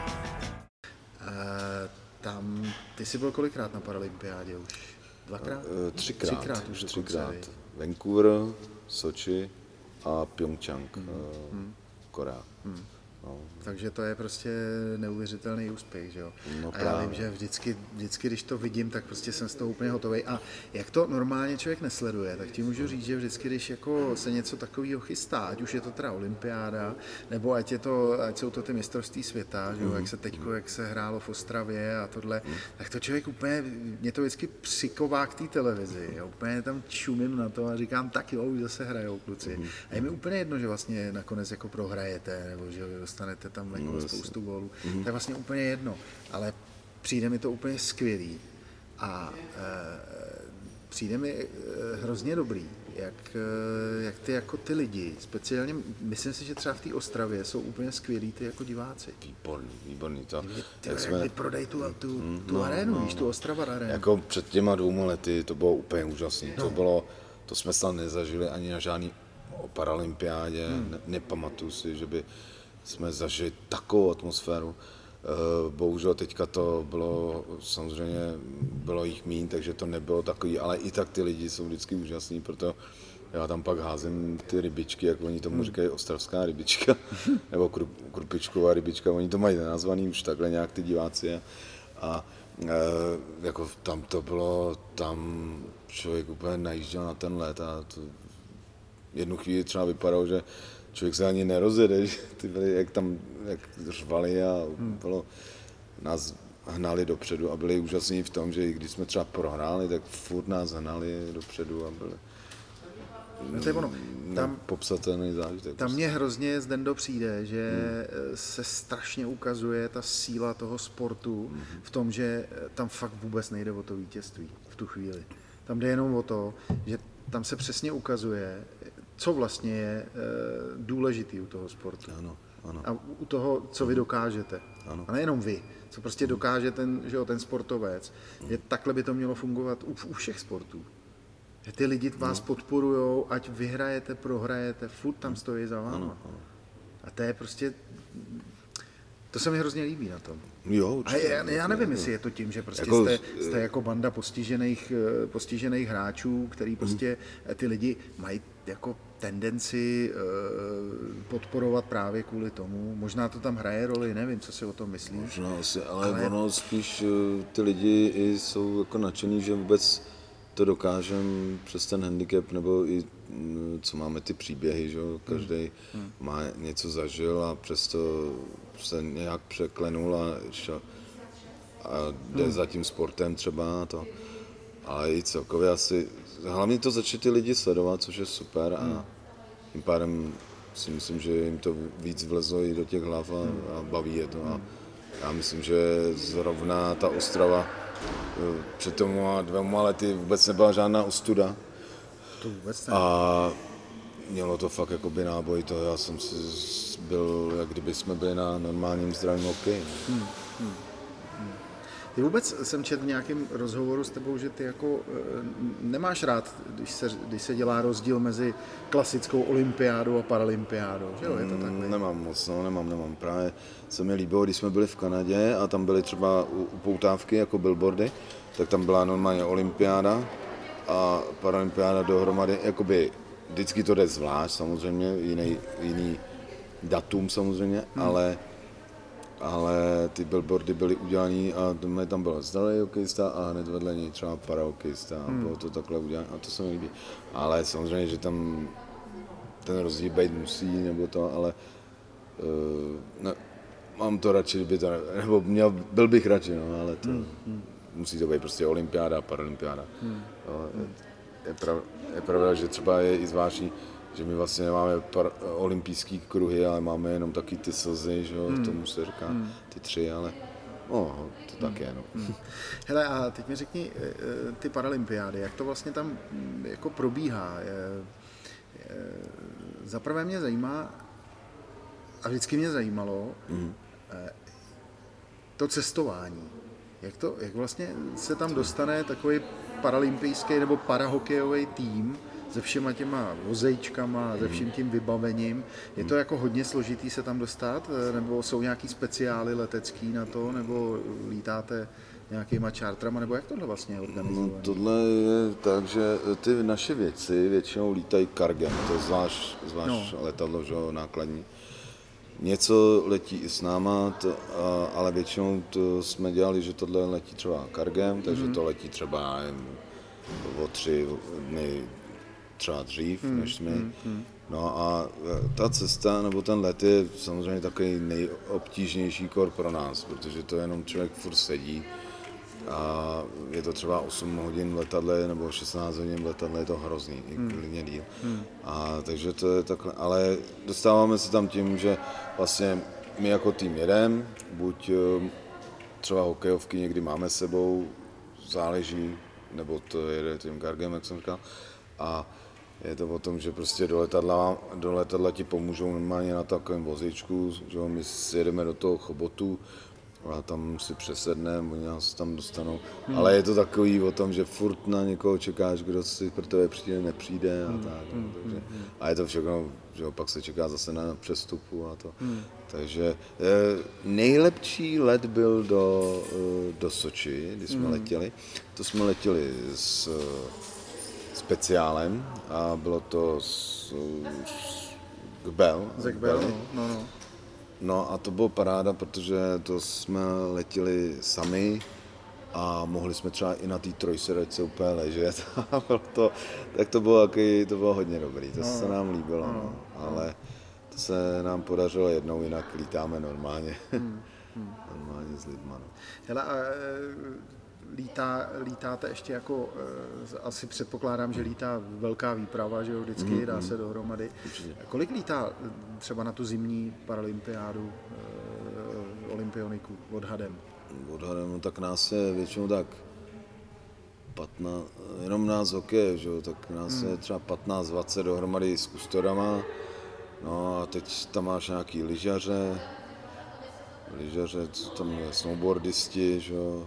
A: Ty jsi byl kolikrát na paralympiádě už? Dvakrát?
B: Třikrát. Vancouver, Soči a Pyeongchang, Korea. No.
A: Takže to je prostě neuvěřitelný úspěch, že jo?
B: No,
A: a já vím, že vždycky, když to vidím, tak prostě jsem z toho úplně hotový. A jak to normálně člověk nesleduje, tak ti můžu říct, že vždycky, když jako se něco takového chystá, ať už je to teda olympiáda, nebo ať jsou to ty mistrovství světa, že jo? Jak se hrálo v Ostravě a tohle, tak to člověk úplně, mě to vždycky přiková k té televizi. Já úplně tam čumím na to a říkám, tak jo, už zase hrajou kluci. A je mi úplně jedno, že vlastně nakonec jako prohrajete, nebo že dostanete tam jako spoustu gólů. To je vlastně úplně jedno, ale přijde mi to úplně skvělý a přijde mi hrozně dobrý, jak ty lidi, speciálně, myslím si, že třeba v té Ostravě jsou úplně skvělí ty jako diváci.
B: Výborný.
A: Jak prodají tu arénu, víš, tu Ostrava arénu.
B: Jako před těma 2 lety to bylo úplně úžasné. To jsme snad nezažili ani na žádný paralympiádě, nepamatuju si, že by jsme zažili takovou atmosféru. Bohužel teďka to bylo, samozřejmě bylo jich míň, takže to nebylo takový, ale i tak ty lidi jsou vždycky úžasní, proto já tam pak házím ty rybičky, jak oni tomu říkají ostravská rybička, nebo krupičková rybička, oni to mají nazvaný už takhle nějak ty diváci a jako tam to bylo, tam člověk úplně najížděl na ten let a to jednu chvíli třeba vypadalo, že člověk se ani nerozjede, že ty byli, jak řvali a nás hnali dopředu a byli úžasní v tom, že i když jsme třeba prohráli, tak furt nás hnali dopředu a byli popsatelný zážitek.
A: Tam mě hrozně z den do přijde, že se strašně ukazuje ta síla toho sportu v tom, že tam fakt vůbec nejde o to vítězství v tu chvíli. Tam jde jenom o to, že tam se přesně ukazuje, co vlastně je důležitý u toho sportu.
B: Ano.
A: A u toho, co vy dokážete.
B: Ano.
A: A nejenom vy, co prostě dokáže ten sportovec. Že takhle by to mělo fungovat u všech sportů. Že ty lidi vás podporujou, ať vyhrajete, prohrajete, furt tam stojí za váma.
B: Ano.
A: A to je prostě, to se mi hrozně líbí na tom.
B: Jo, určitě.
A: A já nevím, jestli je to tím, že prostě jste jako banda postižených hráčů, který prostě ty lidi mají jako tendenci podporovat právě kvůli tomu. Možná to tam hraje roli, nevím, co si o tom myslíš.
B: Možná asi, ale ono spíš ty lidi jsou jako nadšený, že vůbec to dokážeme přes ten handicap, nebo i co máme ty příběhy, že jo, každý má něco zažil a přesto se nějak překlenul a jde za tím sportem třeba to. Ale i celkově asi, hlavně to začít ty lidi sledovat, což je super a tím pádem si myslím, že jim to víc vlezlo i do těch hlav a baví je to. A já myslím, že zrovna ta Ostrava před tomu 2 lety vůbec nebyla žádná ostuda.
A: To vůbec ne.
B: A mělo to fakt jakoby náboj, to já jsem si byl, jak kdyby jsme byli na normálním zdravém hokeji.
A: Ty vůbec jsem četl v nějakém rozhovoru s tebou, že ty jako nemáš rád, když se dělá rozdíl mezi klasickou olympiádou a paralympiádou, že jo, je to takhle?
B: Nemám moc, no, nemám. Právě se mi líbilo, když jsme byli v Kanadě a tam byly třeba upoutávky jako billboardy, tak tam byla normálně olympiáda a paralympiáda dohromady, jakoby vždycky to jde zvlášť, samozřejmě, jiný datum samozřejmě, ale ty billboardy byly udělané a tam byl zdravý hokejista a hned vedle něj třeba parahokejista a bylo to takhle udělané a to se mi líbí. Ale samozřejmě, že tam ten rozdíl být musí nebo to, ale ne, mám to radši, kdyby to, nebo byl bych radši, no, ale to musí to být prostě olympiáda a paralympiáda. Je pravda, že třeba je i zvláštní, že my vlastně nemáme olympijský kruhy, ale máme jenom taky ty slzy, že jo, tomu se říká, ty 3, ale to tak je, no.
A: Hele, a teď mi řekni, ty paralympiády, jak to vlastně tam jako probíhá? Za prvé mě zajímá, a vždycky mě zajímalo, to cestování. Jak vlastně se tam dostane takový paralympijský nebo parahokejový tým se všema těma vozejčkama, se vším tím vybavením. Je to jako hodně složitý se tam dostat, nebo jsou nějaký speciály letecký na to, nebo lítáte nějakýma čártrama, nebo jak tohle vlastně je organizované?
B: No, tohle je tak, že ty naše věci většinou lítají cargem, to je zvlášť letadlo, že, nákladní. Něco letí i s náma, ale většinou to jsme dělali, že tohle letí třeba cargem, takže to letí třeba o 3 dny třeba dřív než my. No a ta cesta nebo ten let je samozřejmě takový nejobtížnější kor pro nás, protože to jenom člověk furt sedí a je to třeba 8 hodin v letadle nebo 16 hodin v letadle, je to hrozný, i klidně díl. A takže to je takhle, ale dostáváme se tam tím, že vlastně my jako tým jedeme, buď třeba hokejovky někdy máme s sebou, záleží, nebo to jede tím cargem, jak jsem říkal. A je to o tom, že prostě do letadla ti pomůžou normálně na takovém vozíčku, že my jedeme do toho Chobotu a tam si přesedneme, oni nás tam dostanou. Ale je to takový o tom, že furt na někoho čekáš, kdo si pro tebe přijde, nepřijde a tak. Takže, a je to všechno, že pak se čeká zase na přestupu a to. Takže nejlepší let byl do Soči, kdy jsme letěli. To jsme letěli s speciálem a bylo to z Gbel.
A: No.
B: No a to bylo paráda, protože to jsme letěli sami a mohli jsme třeba i na té trojsedačce úplně ležet. Tak to bylo hodně dobrý, to se nám líbilo, no. Ale to se nám podařilo jednou, jinak lítáme normálně, normálně s lidma. No.
A: Hele, a lítáte ještě jako, asi předpokládám, že lítá velká výprava, že jo, vždycky dá se dohromady.
B: Určitě.
A: Kolik lítá třeba na tu zimní paralympiádu olympioniků odhadem?
B: Odhadem, no tak nás je většinou tak 15, jenom nás hokej, že jo, tak nás je třeba 15-20 dohromady s kustodama. No a teď tam máš nějaký lyžaře, tam je snowboardisti, že jo.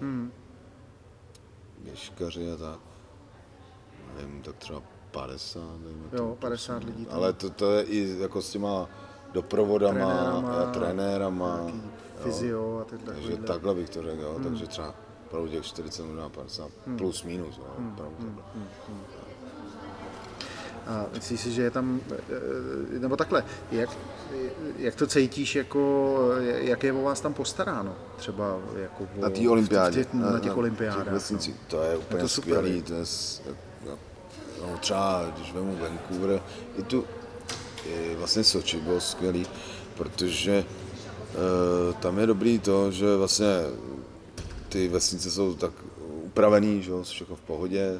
B: Běžkaři a tak, nevím, tak třeba 50,
A: Jo, 50 lidí. Tam.
B: Ale to je i jako s těma doprovodama, trenérama
A: fyzio a tyhle.
B: Takže takhle bych to řekl, jo, takže třeba opravdu těch 40, možná 50, plus minus, jo, opravdu takhle.
A: A myslíš si, že je tam, nebo takhle, jak to cítíš, jako, jak je o vás tam postaráno? Třeba jako
B: Na té olympiádě.
A: Na těch olympiádách.
B: Vesnicích, to je úplně
A: to
B: skvělý. To je, no, třeba, když vemu Vancouver, i tu i vlastně Soči bylo skvělý, protože tam je dobrý to, že vlastně ty vesnice jsou tak upravený, že jo, všechno v pohodě.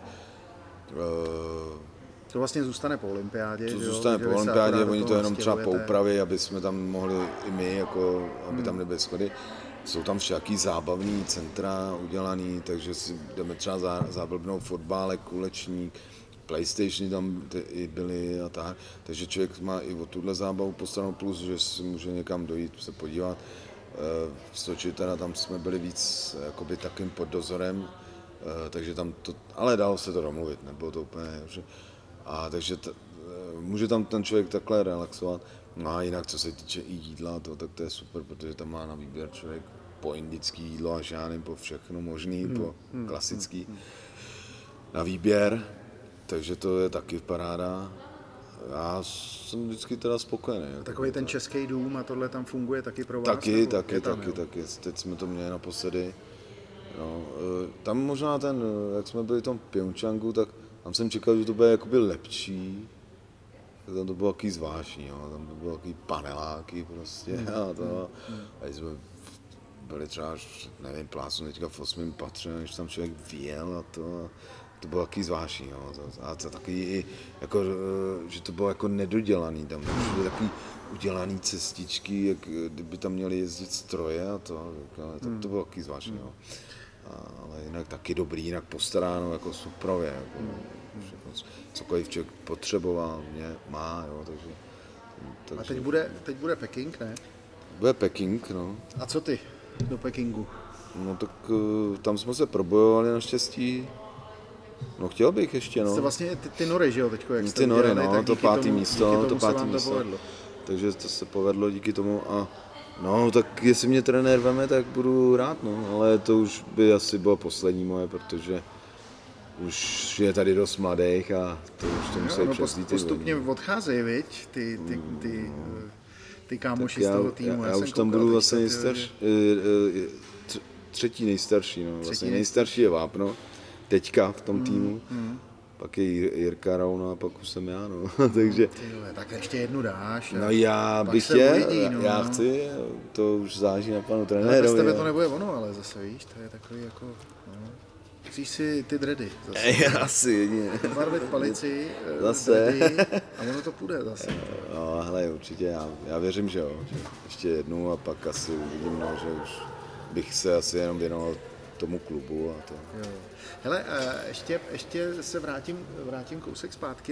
A: To vlastně zůstane po olympiádě.
B: To zůstane po olympiádě, oni to jenom třeba poupraví, aby jsme tam mohli i my, jako, aby tam nebyly schody. Jsou tam všaký zábavní centra udělaný, takže si jdeme třeba zábavnou fotbálek, kulečník, PlayStationy tam i byly a tak. Takže člověk má i o tuhle zábavu postavenou, plus, že si může někam dojít se podívat. V Soči teda tam jsme byli víc jakoby takým pod dozorem, takže tam to, ale dalo se to domluvit, nebylo to úplně, že, a takže může tam ten člověk takhle relaxovat. No a jinak, co se týče i jídla, tak to je super, protože tam má na výběr člověk po indický jídlo a žádný, po všechno možný, po klasický na výběr, takže to je taky paráda. Já jsem vždycky teda spokojený.
A: Takový ten český dům a tohle tam funguje taky pro vás?
B: Taky. Teď jsme to měli naposledy. No, tam možná jak jsme byli v tom Pyeongchangu, tak tam jsem čekal, že to bude jakoby lepší. Tam to bylo takový zvláštní, jo. Tam to bylo takový paneláky prostě a to. A jsme byli třeba, nevím, plácnu teďka v 8. patře, než tam člověk vyjel a to. To bylo takový zvláštní, jo. A to taky jako, že to bylo jako nedodělaný tam. Byly takový udělaný cestičky, jak kdyby tam měli jezdit stroje a to. Tak to bylo takový zvláštní, jo. Ale jinak taky dobrý, jinak postaráno jako suprově. Jako, cokoliv člověk potřeboval, má, jo, takže...
A: A teď bude Peking, ne?
B: Bude Peking, no.
A: A co ty do Pekingu?
B: No tak tam jsme se probojovali naštěstí. No chtěl bych ještě, no.
A: Jste vlastně ty nory, že jo, teďko, jak jste
B: ty nory,
A: udělali,
B: no, to pátý místo,
A: to pátý místo.
B: Takže to se povedlo díky tomu a no, tak jestli mě trenér veme, tak budu rád, no, ale to už by asi bylo poslední moje, protože už je tady dost mladých a to už to musí přesít.
A: Postupně odcházejí, viď, ty kámoši z toho týmu.
B: Já už tam budu vlastně třetí nejstarší, no, vlastně nejstarší je Vápno, teďka v tom týmu. Pak je Jirka Rauna a pak už jsem já, no, takže...
A: Tyhle, tak ještě jednu dáš.
B: No já bych chtěl, já chci, to už záleží na panu trenérovi.
A: Bez tebe to nebude ono, ale zase víš, to je takový jako, no, musíš si ty dready zase.
B: Asi jedině.
A: Barvit palici,
B: zase.
A: Dready, a ono to půjde zase.
B: No, hele, určitě, já věřím, že jo, že ještě jednu a pak asi uvidím, no, že už bych se asi jenom věnoval tomu klubu a to.
A: Jo. Hele, ještě se vrátím kousek zpátky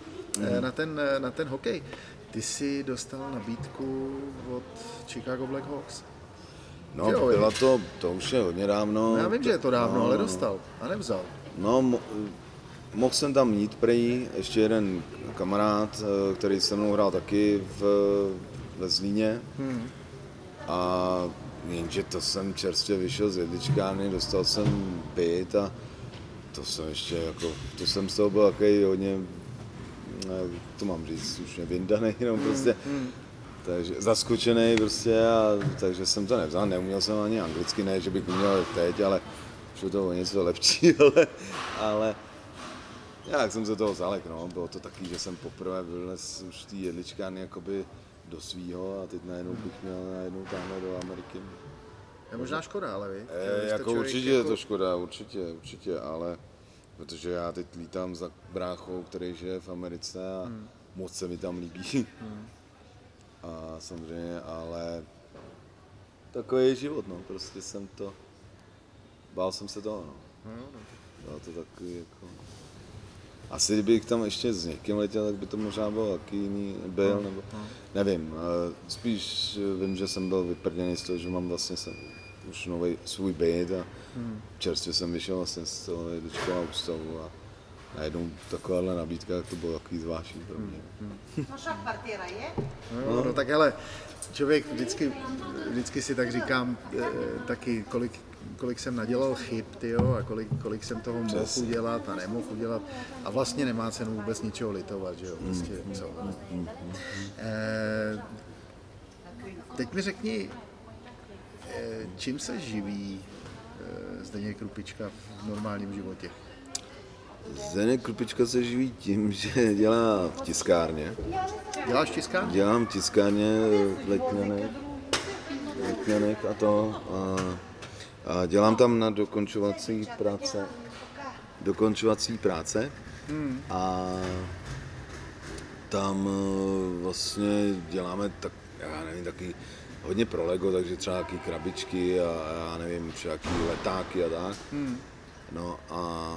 A: na ten hokej. Ty jsi dostal nabídku od Chicago Blackhawks.
B: No, byla to už je hodně dávno.
A: No, já vím, že je to dávno, ale dostal a nevzal.
B: No, mohl jsem tam jít prej, ještě jeden kamarád, který se mnou hrál taky ve Zlíně. A jenže to jsem čerstvě vyšel z jedličkárny, dostal jsem byt a to jsem ještě jako, to jsem z toho byl takový hodně, to mám říct, už nevyndanej, jenom prostě, takže zaskočený prostě a takže jsem to nevzal, neuměl jsem ani anglicky, ne, že bych uměl teď, ale šlo to o něco lepší, ale jak jsem se toho zalek, no, bylo to taky, že jsem poprvé vylez už té jedličkárny jakoby do svýho a teď najednou bych měl tamhle do Ameriky.
A: Je možná škoda, ale vy?
B: Jako určitě je to škoda, určitě, ale protože já teď lítám za bráchou, který žije v Americe a moc se mi tam líbí. A samozřejmě, ale takový je život, no, prostě bál jsem se toho, no. Bylo to takový jako... Asi kdybych tam ještě s někým letěl, tak by to možná bylo taky jiný nebo nevím. Spíš vím, že jsem byl vyprděný z toho, že mám vlastně už nový svůj byt a čerstvě jsem vyšel vlastně z toho jedličkového ústavu najednou takováhle nabídka, to bylo takový zvláštní pro mě.
A: No, tak hele, člověk vždycky si tak říkám taky, kolik jsem nadělal chyb, tyjo, a kolik jsem toho mohl udělat a nemohl udělat. A vlastně nemá cenu vůbec ničeho litovat, že jo, prostě co. Teď mi řekni, čím se živí Zdeněk Krupička v normálním životě?
B: Zdeněk Krupička se živí tím, že dělá v tiskárně.
A: Děláš tiskárně?
B: Dělám tiskárně letňanek a to. A dělám tam na dokončovací práce. A tam vlastně děláme tak, já nevím, taky hodně pro Lego, takže třeba taky krabičky a já nevím, všaký letáky a tak. No a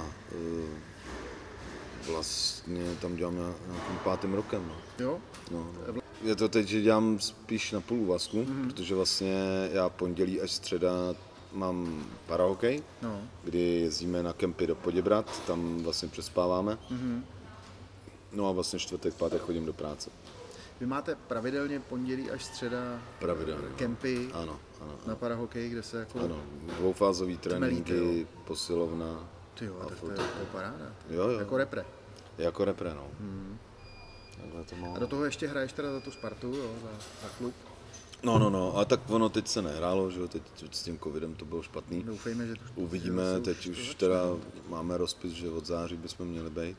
B: vlastně tam dělám nějakým 5. rokem. No.
A: Jo?
B: No. Je to teď, že dělám spíš na půl úvazku, protože vlastně já pondělí až středa mám parahokej, kdy jezdíme na kempy do Poděbrad, tam vlastně přespáváme. No a vlastně čtvrtek, pátek chodím do práce.
A: Vy máte pravidelně pondělí až středa kempy na parahokej, kde se jako...
B: Ano, dvoufázový tréninky, posilovna.
A: Tyjo, tak to je paráda.
B: Jo.
A: Jako repre.
B: Jako repre, no.
A: A do toho ještě hraješ teda za tu Spartu, jo, za klub?
B: No, a tak ono teď se nehrálo, že jo, teď s tím covidem to bylo špatný.
A: Doufejme, že to
B: uvidíme, teď už teda máme rozpis, že od září bychom měli být.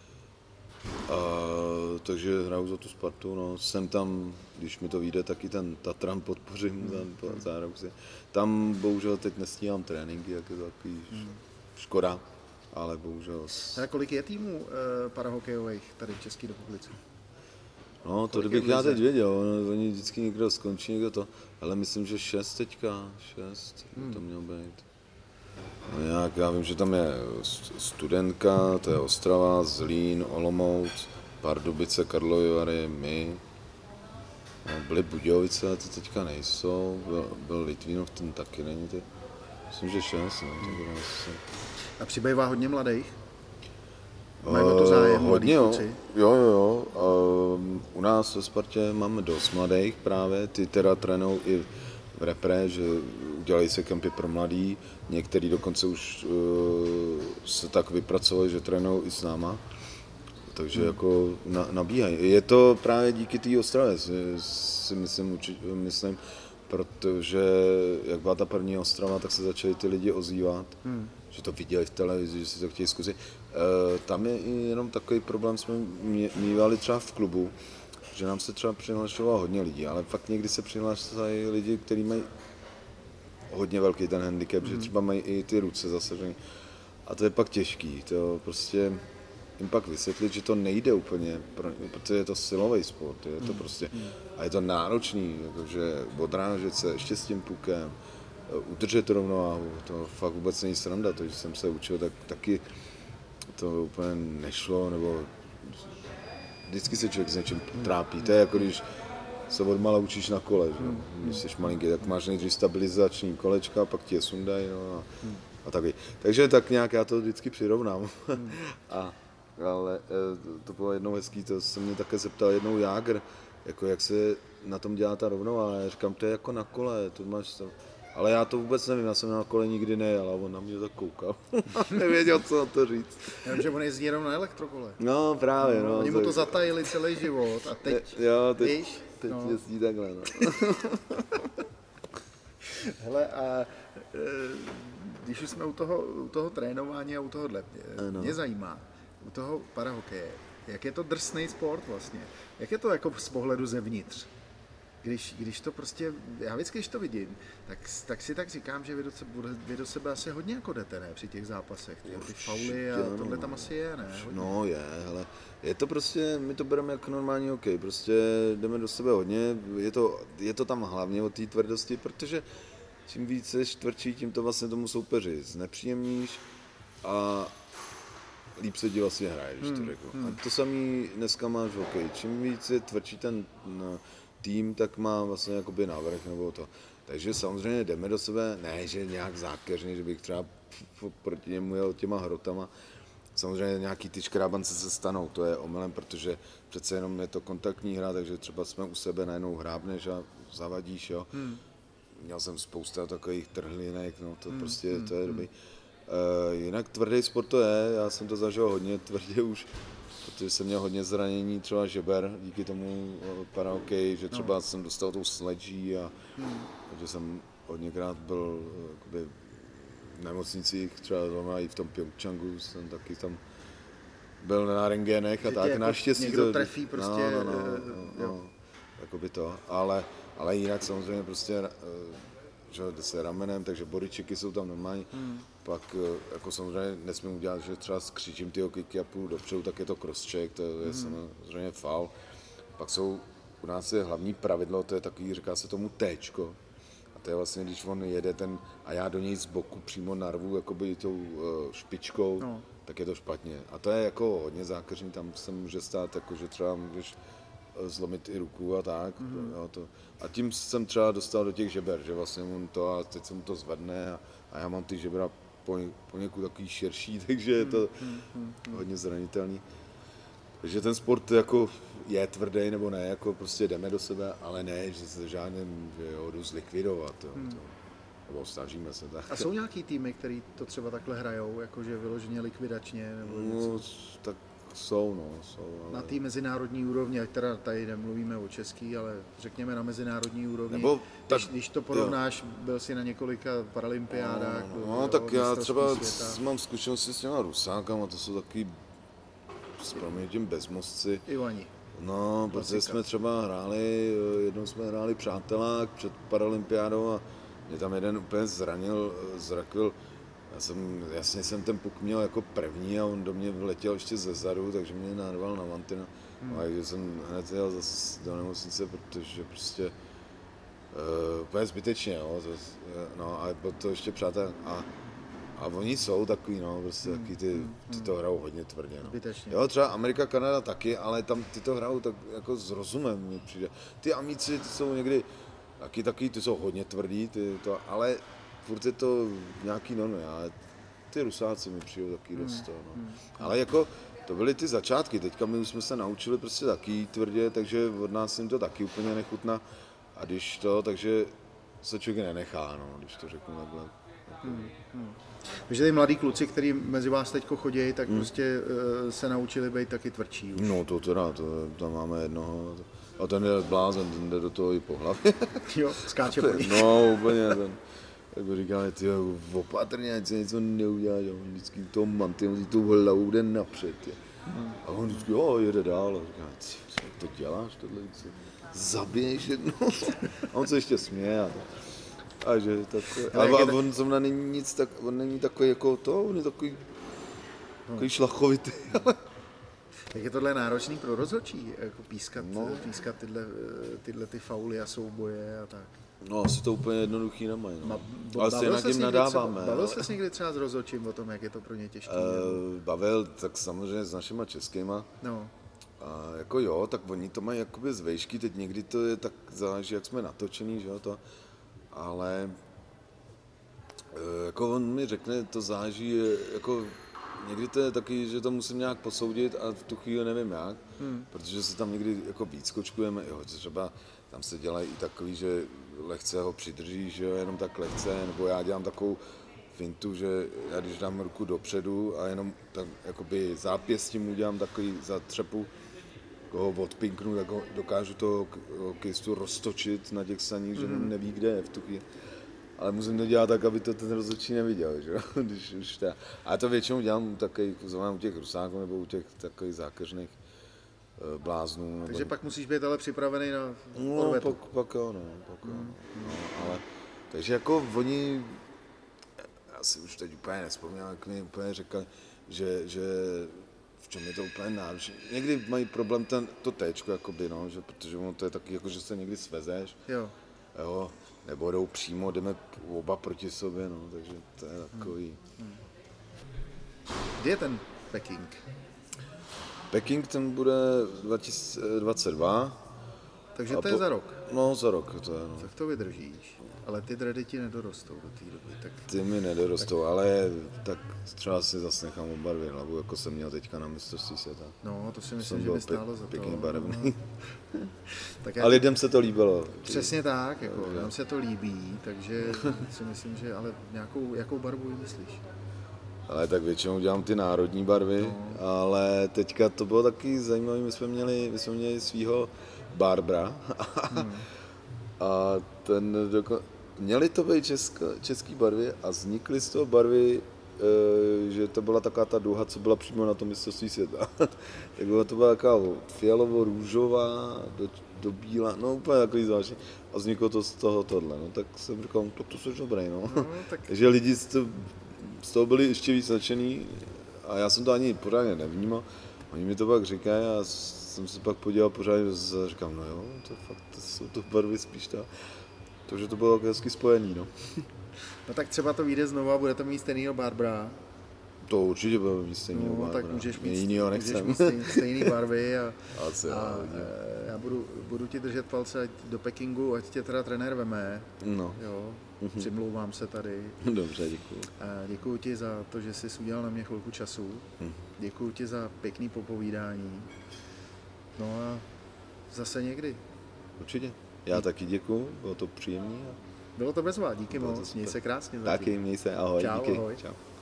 B: Takže hraju za tu Spartu, no, jsem tam, když mi to vyjde, taky ten Tatran podpořím za rok. Tam bohužel teď nestíhám tréninky, jak je to takový škoda, ale bohužel...
A: A kolik je týmů parahokejových tady v České republice?
B: No, to kdybych já teď věděl, oni vždycky někdo skončí, někdo to, ale myslím, že 6 teďka, 6 to mělo být. No nějak, já vím, že tam je Studentka, to je Ostrava, Zlín, Olomouc, Pardubice, Karlovy Vary, my. No, byly Budějovice, ale ty teďka nejsou, byl Litvínov, ten taky není, ty. Myslím, že 6, no, to bylo asi...
A: A přibývá hodně mladých? Mají o to zájem
B: hodně, jo.
A: Kluci?
B: Jo. U nás ve Spartě máme dost mladých právě, ty teda trénou i v repre, že udělají se kempy pro mladý, některý dokonce už se tak vypracovali, že trénují i s náma, takže jako nabíhají. Je to právě díky té Ostravě, si myslím, protože jak byla ta první Ostrava, tak se začali ty lidi ozývat, že to viděli v televizi, že si to chtějí zkusit. Tam je jenom takový problém, jsme mívali třeba v klubu, že nám se třeba přihlašovalo hodně lidí, ale fakt někdy se přihlašují lidi, kteří mají hodně velký ten handicap, že třeba mají i ty ruce zasežené. A to je pak těžký, to prostě jim pak vysvětlit, že to nejde úplně, protože je to silový sport, je to prostě, a je to náročný, jakože odrážet se ještě s tím pukem, udržet rovnováhu, to fakt vůbec není sranda, to, že jsem se učil, tak taky to úplně nešlo, nebo vždycky se člověk s něčím trápí, to je jako když se odmala učíš na kole, že? Když jsi malinký, tak máš nejdřív stabilizační kolečka, pak ti je sundají, no a taky. Takže tak nějak já to vždycky přirovnám. Ale to bylo jednou hezký, to se mě také zeptal jednou Jágr, jako jak se na tom dělá ta rovnováha, já říkám, to je jako na kole, to máš to. Ale já to vůbec nevím, já jsem na kole nikdy nejel, a on na mě tak koukal. Nevěděl, co na to říct.
A: Já vím, že on jezdí jenom na elektrokole.
B: No právě, no.
A: Oni mu to zatajili celý život a teď,
B: teď jezdí takhle, no.
A: Hele, a když už jsme u toho trénování a u tohohle, mě zajímá, u toho parahokeje, jak je to drsný sport vlastně? Jak je to jako z pohledu zevnitř? Když to prostě, já vždycky, když to vidím, tak si tak říkám, že vy do sebe asi hodně jako jdete, ne, při těch zápasech, ty fauly a tohle tam asi je, ne? Hodně.
B: No hele, je to prostě, my to bereme jako normální hokej, prostě jdeme do sebe hodně, je to tam hlavně o té tvrdosti, protože čím víc jsi tvrdší, tím to vlastně tomu soupeři znepříjemníš a líp se ti vlastně hraje, když to řeknu. A to samý dneska máš v hokeji, čím víc je tvrdší ten tým, tak má vlastně jakoby návrh nebo to. Takže samozřejmě jdeme do sebe, ne, že nějak zákeřně, že bych třeba proti němu jel těma hrotama, samozřejmě nějaký ty škrábance se stanou, to je omylem, protože přece jenom je to kontaktní hra, takže třeba jsme u sebe najednou hrábneš a zavadíš, jo. Měl jsem spousta takových trhlinek, no to prostě, to je dobrý. Jinak tvrdý sport to je, já jsem to zažil hodně tvrdě už, protože jsem měl hodně zranění, třeba žeber, díky tomu paraokej, že třeba jsem dostal tou sledží a že jsem hodněkrát byl jakoby, v nemocnicích, třeba doma i v tom Pyeongchangu jsem taky tam byl na rentgenech a tak,
A: jako
B: naštěstí
A: někdo
B: to...
A: trefí prostě,
B: jakoby to, ale jinak samozřejmě prostě, že jde se ramenem, takže bodyčeky jsou tam normální, pak jako samozřejmě nesmím udělat, že třeba skříčím tyho kiky a půjdu dopředu, tak je to crosscheck, to je samozřejmě faul. Pak jsou, u nás je hlavní pravidlo, to je takový, říká se tomu téčko. A to je vlastně, když on jede ten, a já do něj z boku přímo narvu, jakoby tou špičkou, tak je to špatně. A to je jako hodně zákeřný, tam se může stát, jako, že třeba můžeš zlomit i ruku a tak. Jo, to. A tím jsem třeba dostal do těch žeber, že vlastně on to a teď se mu to zvedne a já mám ty žebra poněkud takový širší, takže je to hodně zranitelný. Takže ten sport jako je tvrdý nebo ne, jako prostě jdeme do sebe, ale ne, že se žádným jdu zlikvidovat. Nebo snažíme se tak.
A: A jsou nějaký týmy, který to třeba takhle hrajou, jakože vyloženě likvidačně? Nebo
B: no, tak jsou, ale...
A: Na té mezinárodní úrovni, ať teda tady nemluvíme o český, ale řekněme na mezinárodní úrovni,
B: nebo,
A: když to porovnáš, byl jsi na několika paralympiádách.
B: Tak já třeba mám zkušenosti s těma Rusákama, to jsou taky s proměnitím bezmozci.
A: Ivani.
B: No, protože jsme třeba hráli, jednou jsme hráli přátelák před paralympiádou a mě tam jeden úplně zrakvil. Jasně jsem ten puk měl jako první a on do mě vletěl ještě ze zadu, takže mě narval na mantina. A jsem hned jel zase do nemocnice, protože prostě úplně zbytečně, jo. No a bylo to ještě přátel. A oni jsou takový, no, prostě taky ty to hrajou hodně tvrdě, no.
A: Zbytečně.
B: Jo, třeba Amerika, Kanada taky, ale tam ty to hrajou tak jako s rozumem, mi přijde. Ty Amici, ty jsou někdy taky, ty jsou hodně tvrdí, ale furt je to nějaký normy, ale ty Rusáci mi přijdou taky dost to, no. Ale jako, to byly ty začátky, teďka my už jsme se naučili prostě taky tvrdě, takže od nás jim to taky úplně nechutná. A když to, takže se člověk nenechá, no, když to řeknu takhle.
A: Takže ty mladí kluci, kteří mezi vás teďko chodí, tak prostě se naučili být taky tvrdší už.
B: No to teda, tam máme jednoho, a ten je blázen, ten jde do toho i po hlavě.
A: Jo, skáče po ní.
B: No úplně, ten, jako říkáme, ty opatrně, ať se něco neuděláš, a on vždycky to mantinel, tu hlavu jde napřed. A on vždycky, jede dál, a říká, jak to děláš, tohle, zabiješ jednou. A on se ještě směje a tak. A že takový, a on zrovna není nic tak, on není takový jako to, on je takový šlachovitý, ale...
A: Tak je tohle náročný pro rozhodčí, jako pískat tyhle ty fauly a souboje a tak.
B: No, asi to úplně jednoduchý nemají, no. Ale se na tím nadáváme.
A: Bavil jsi někdy třeba s rozhodčím o tom, jak je to pro ně těžké?
B: Bavil, tak samozřejmě s našima českýma.
A: No.
B: A jako jo, tak oni to mají jakoby z vejšky, teď někdy to je tak záleží, jak jsme natočený, že jo, to. Ale jako on mi řekne, to záleží, jako někdy to je taky, že to musím nějak posoudit a v tu chvíli nevím jak, protože se tam někdy jako víc kočkujeme, jo, třeba tam se dělají i takový, že lehce ho přidržíš, že jo, jenom tak lehce, nebo já dělám takovou fintu, že já když dám ruku dopředu a jenom tak jakoby zápěstím udělám takový zatřepu, ho odpinknu, tak ho dokážu toho kistu roztočit na těch saních, že neví, kde je v tu chvíli. Ale musím to dělat tak, aby to ten rozhodčí neviděl, že? Když už ta... A to většinou dělám u těch Rusáků nebo u těch takových zákeřných bláznů.
A: Takže pak musíš být ale připravený na
B: odvetu. Pak jo. Ale, takže jako oni, já si už teď úplně nevzpomínám, jak mi úplně řekli, že v čem je to úplně náročné. Někdy mají problém to téčko, jakoby, no, že, protože ono to je taky, jako, že se někdy svezeš. Jo, nebo jdou přímo, jdeme oba proti sobě, no, takže to je takový.
A: Kdy je ten Peking?
B: Peking ten bude 2022
A: Takže to je za rok.
B: No, za rok to je, no.
A: Tak to vydržíš. Ale ty dready ti nedorostou do té doby. Tak
B: Ty mi nedorostou, ale tak třeba si zase nechám obarvit hlavu, jako jsem měl teďka na mistrovství světa.
A: no, to si myslím,
B: Jsem
A: že
B: byl
A: by stálo za to.
B: pěkně barevný.
A: Tak
B: A lidem se to líbilo.
A: přesně tak, jako, nám se to líbí, takže si myslím, že ale jakou barvu myslíš?
B: Ale tak většinou dělám ty národní barvy, ale teďka to bylo taky zajímavé, my jsme měli svýho Barbara a ten měli to být český barvy a vznikly z toho barvy, že to byla taková ta duha, co byla přímo na tom mistrovství světa. Tak to byla taková fialovo-růžová do bílá, no úplně takový zvláštní. A vzniklo to z toho tohle, no tak jsem říkal, to jsi dobrý, no. Takže lidi z toho byli ještě víc nadšený a já jsem to ani pořádně nevnímal. Oni mi to pak říkají a jsem se pak podíval pořádně a říkám, no jo, to jsou to barvy spíš takže to bylo tak hezky spojený, no.
A: No tak třeba to vyjde znovu a bude to mít stejnýho Barbara.
B: To určitě bude mít stejný
A: No, tak můžeš mít stejný barvy a já budu ti držet palce ať do Pekingu, ať tě teda trenér veme.
B: No.
A: Jo, přimlouvám se tady.
B: Dobře, děkuji.
A: Děkuji ti za to, že jsi udělal na mě chvilku času. Děkuji ti za pěkný popovídání. No a zase někdy.
B: Určitě. Já taky děkuji, bylo to příjemné.
A: Bylo to bezvá, díky moc. Měj se krásně.
B: Taky, měj se, ahoj,
A: Čau,
B: díky.
A: ahoj.
B: Čau.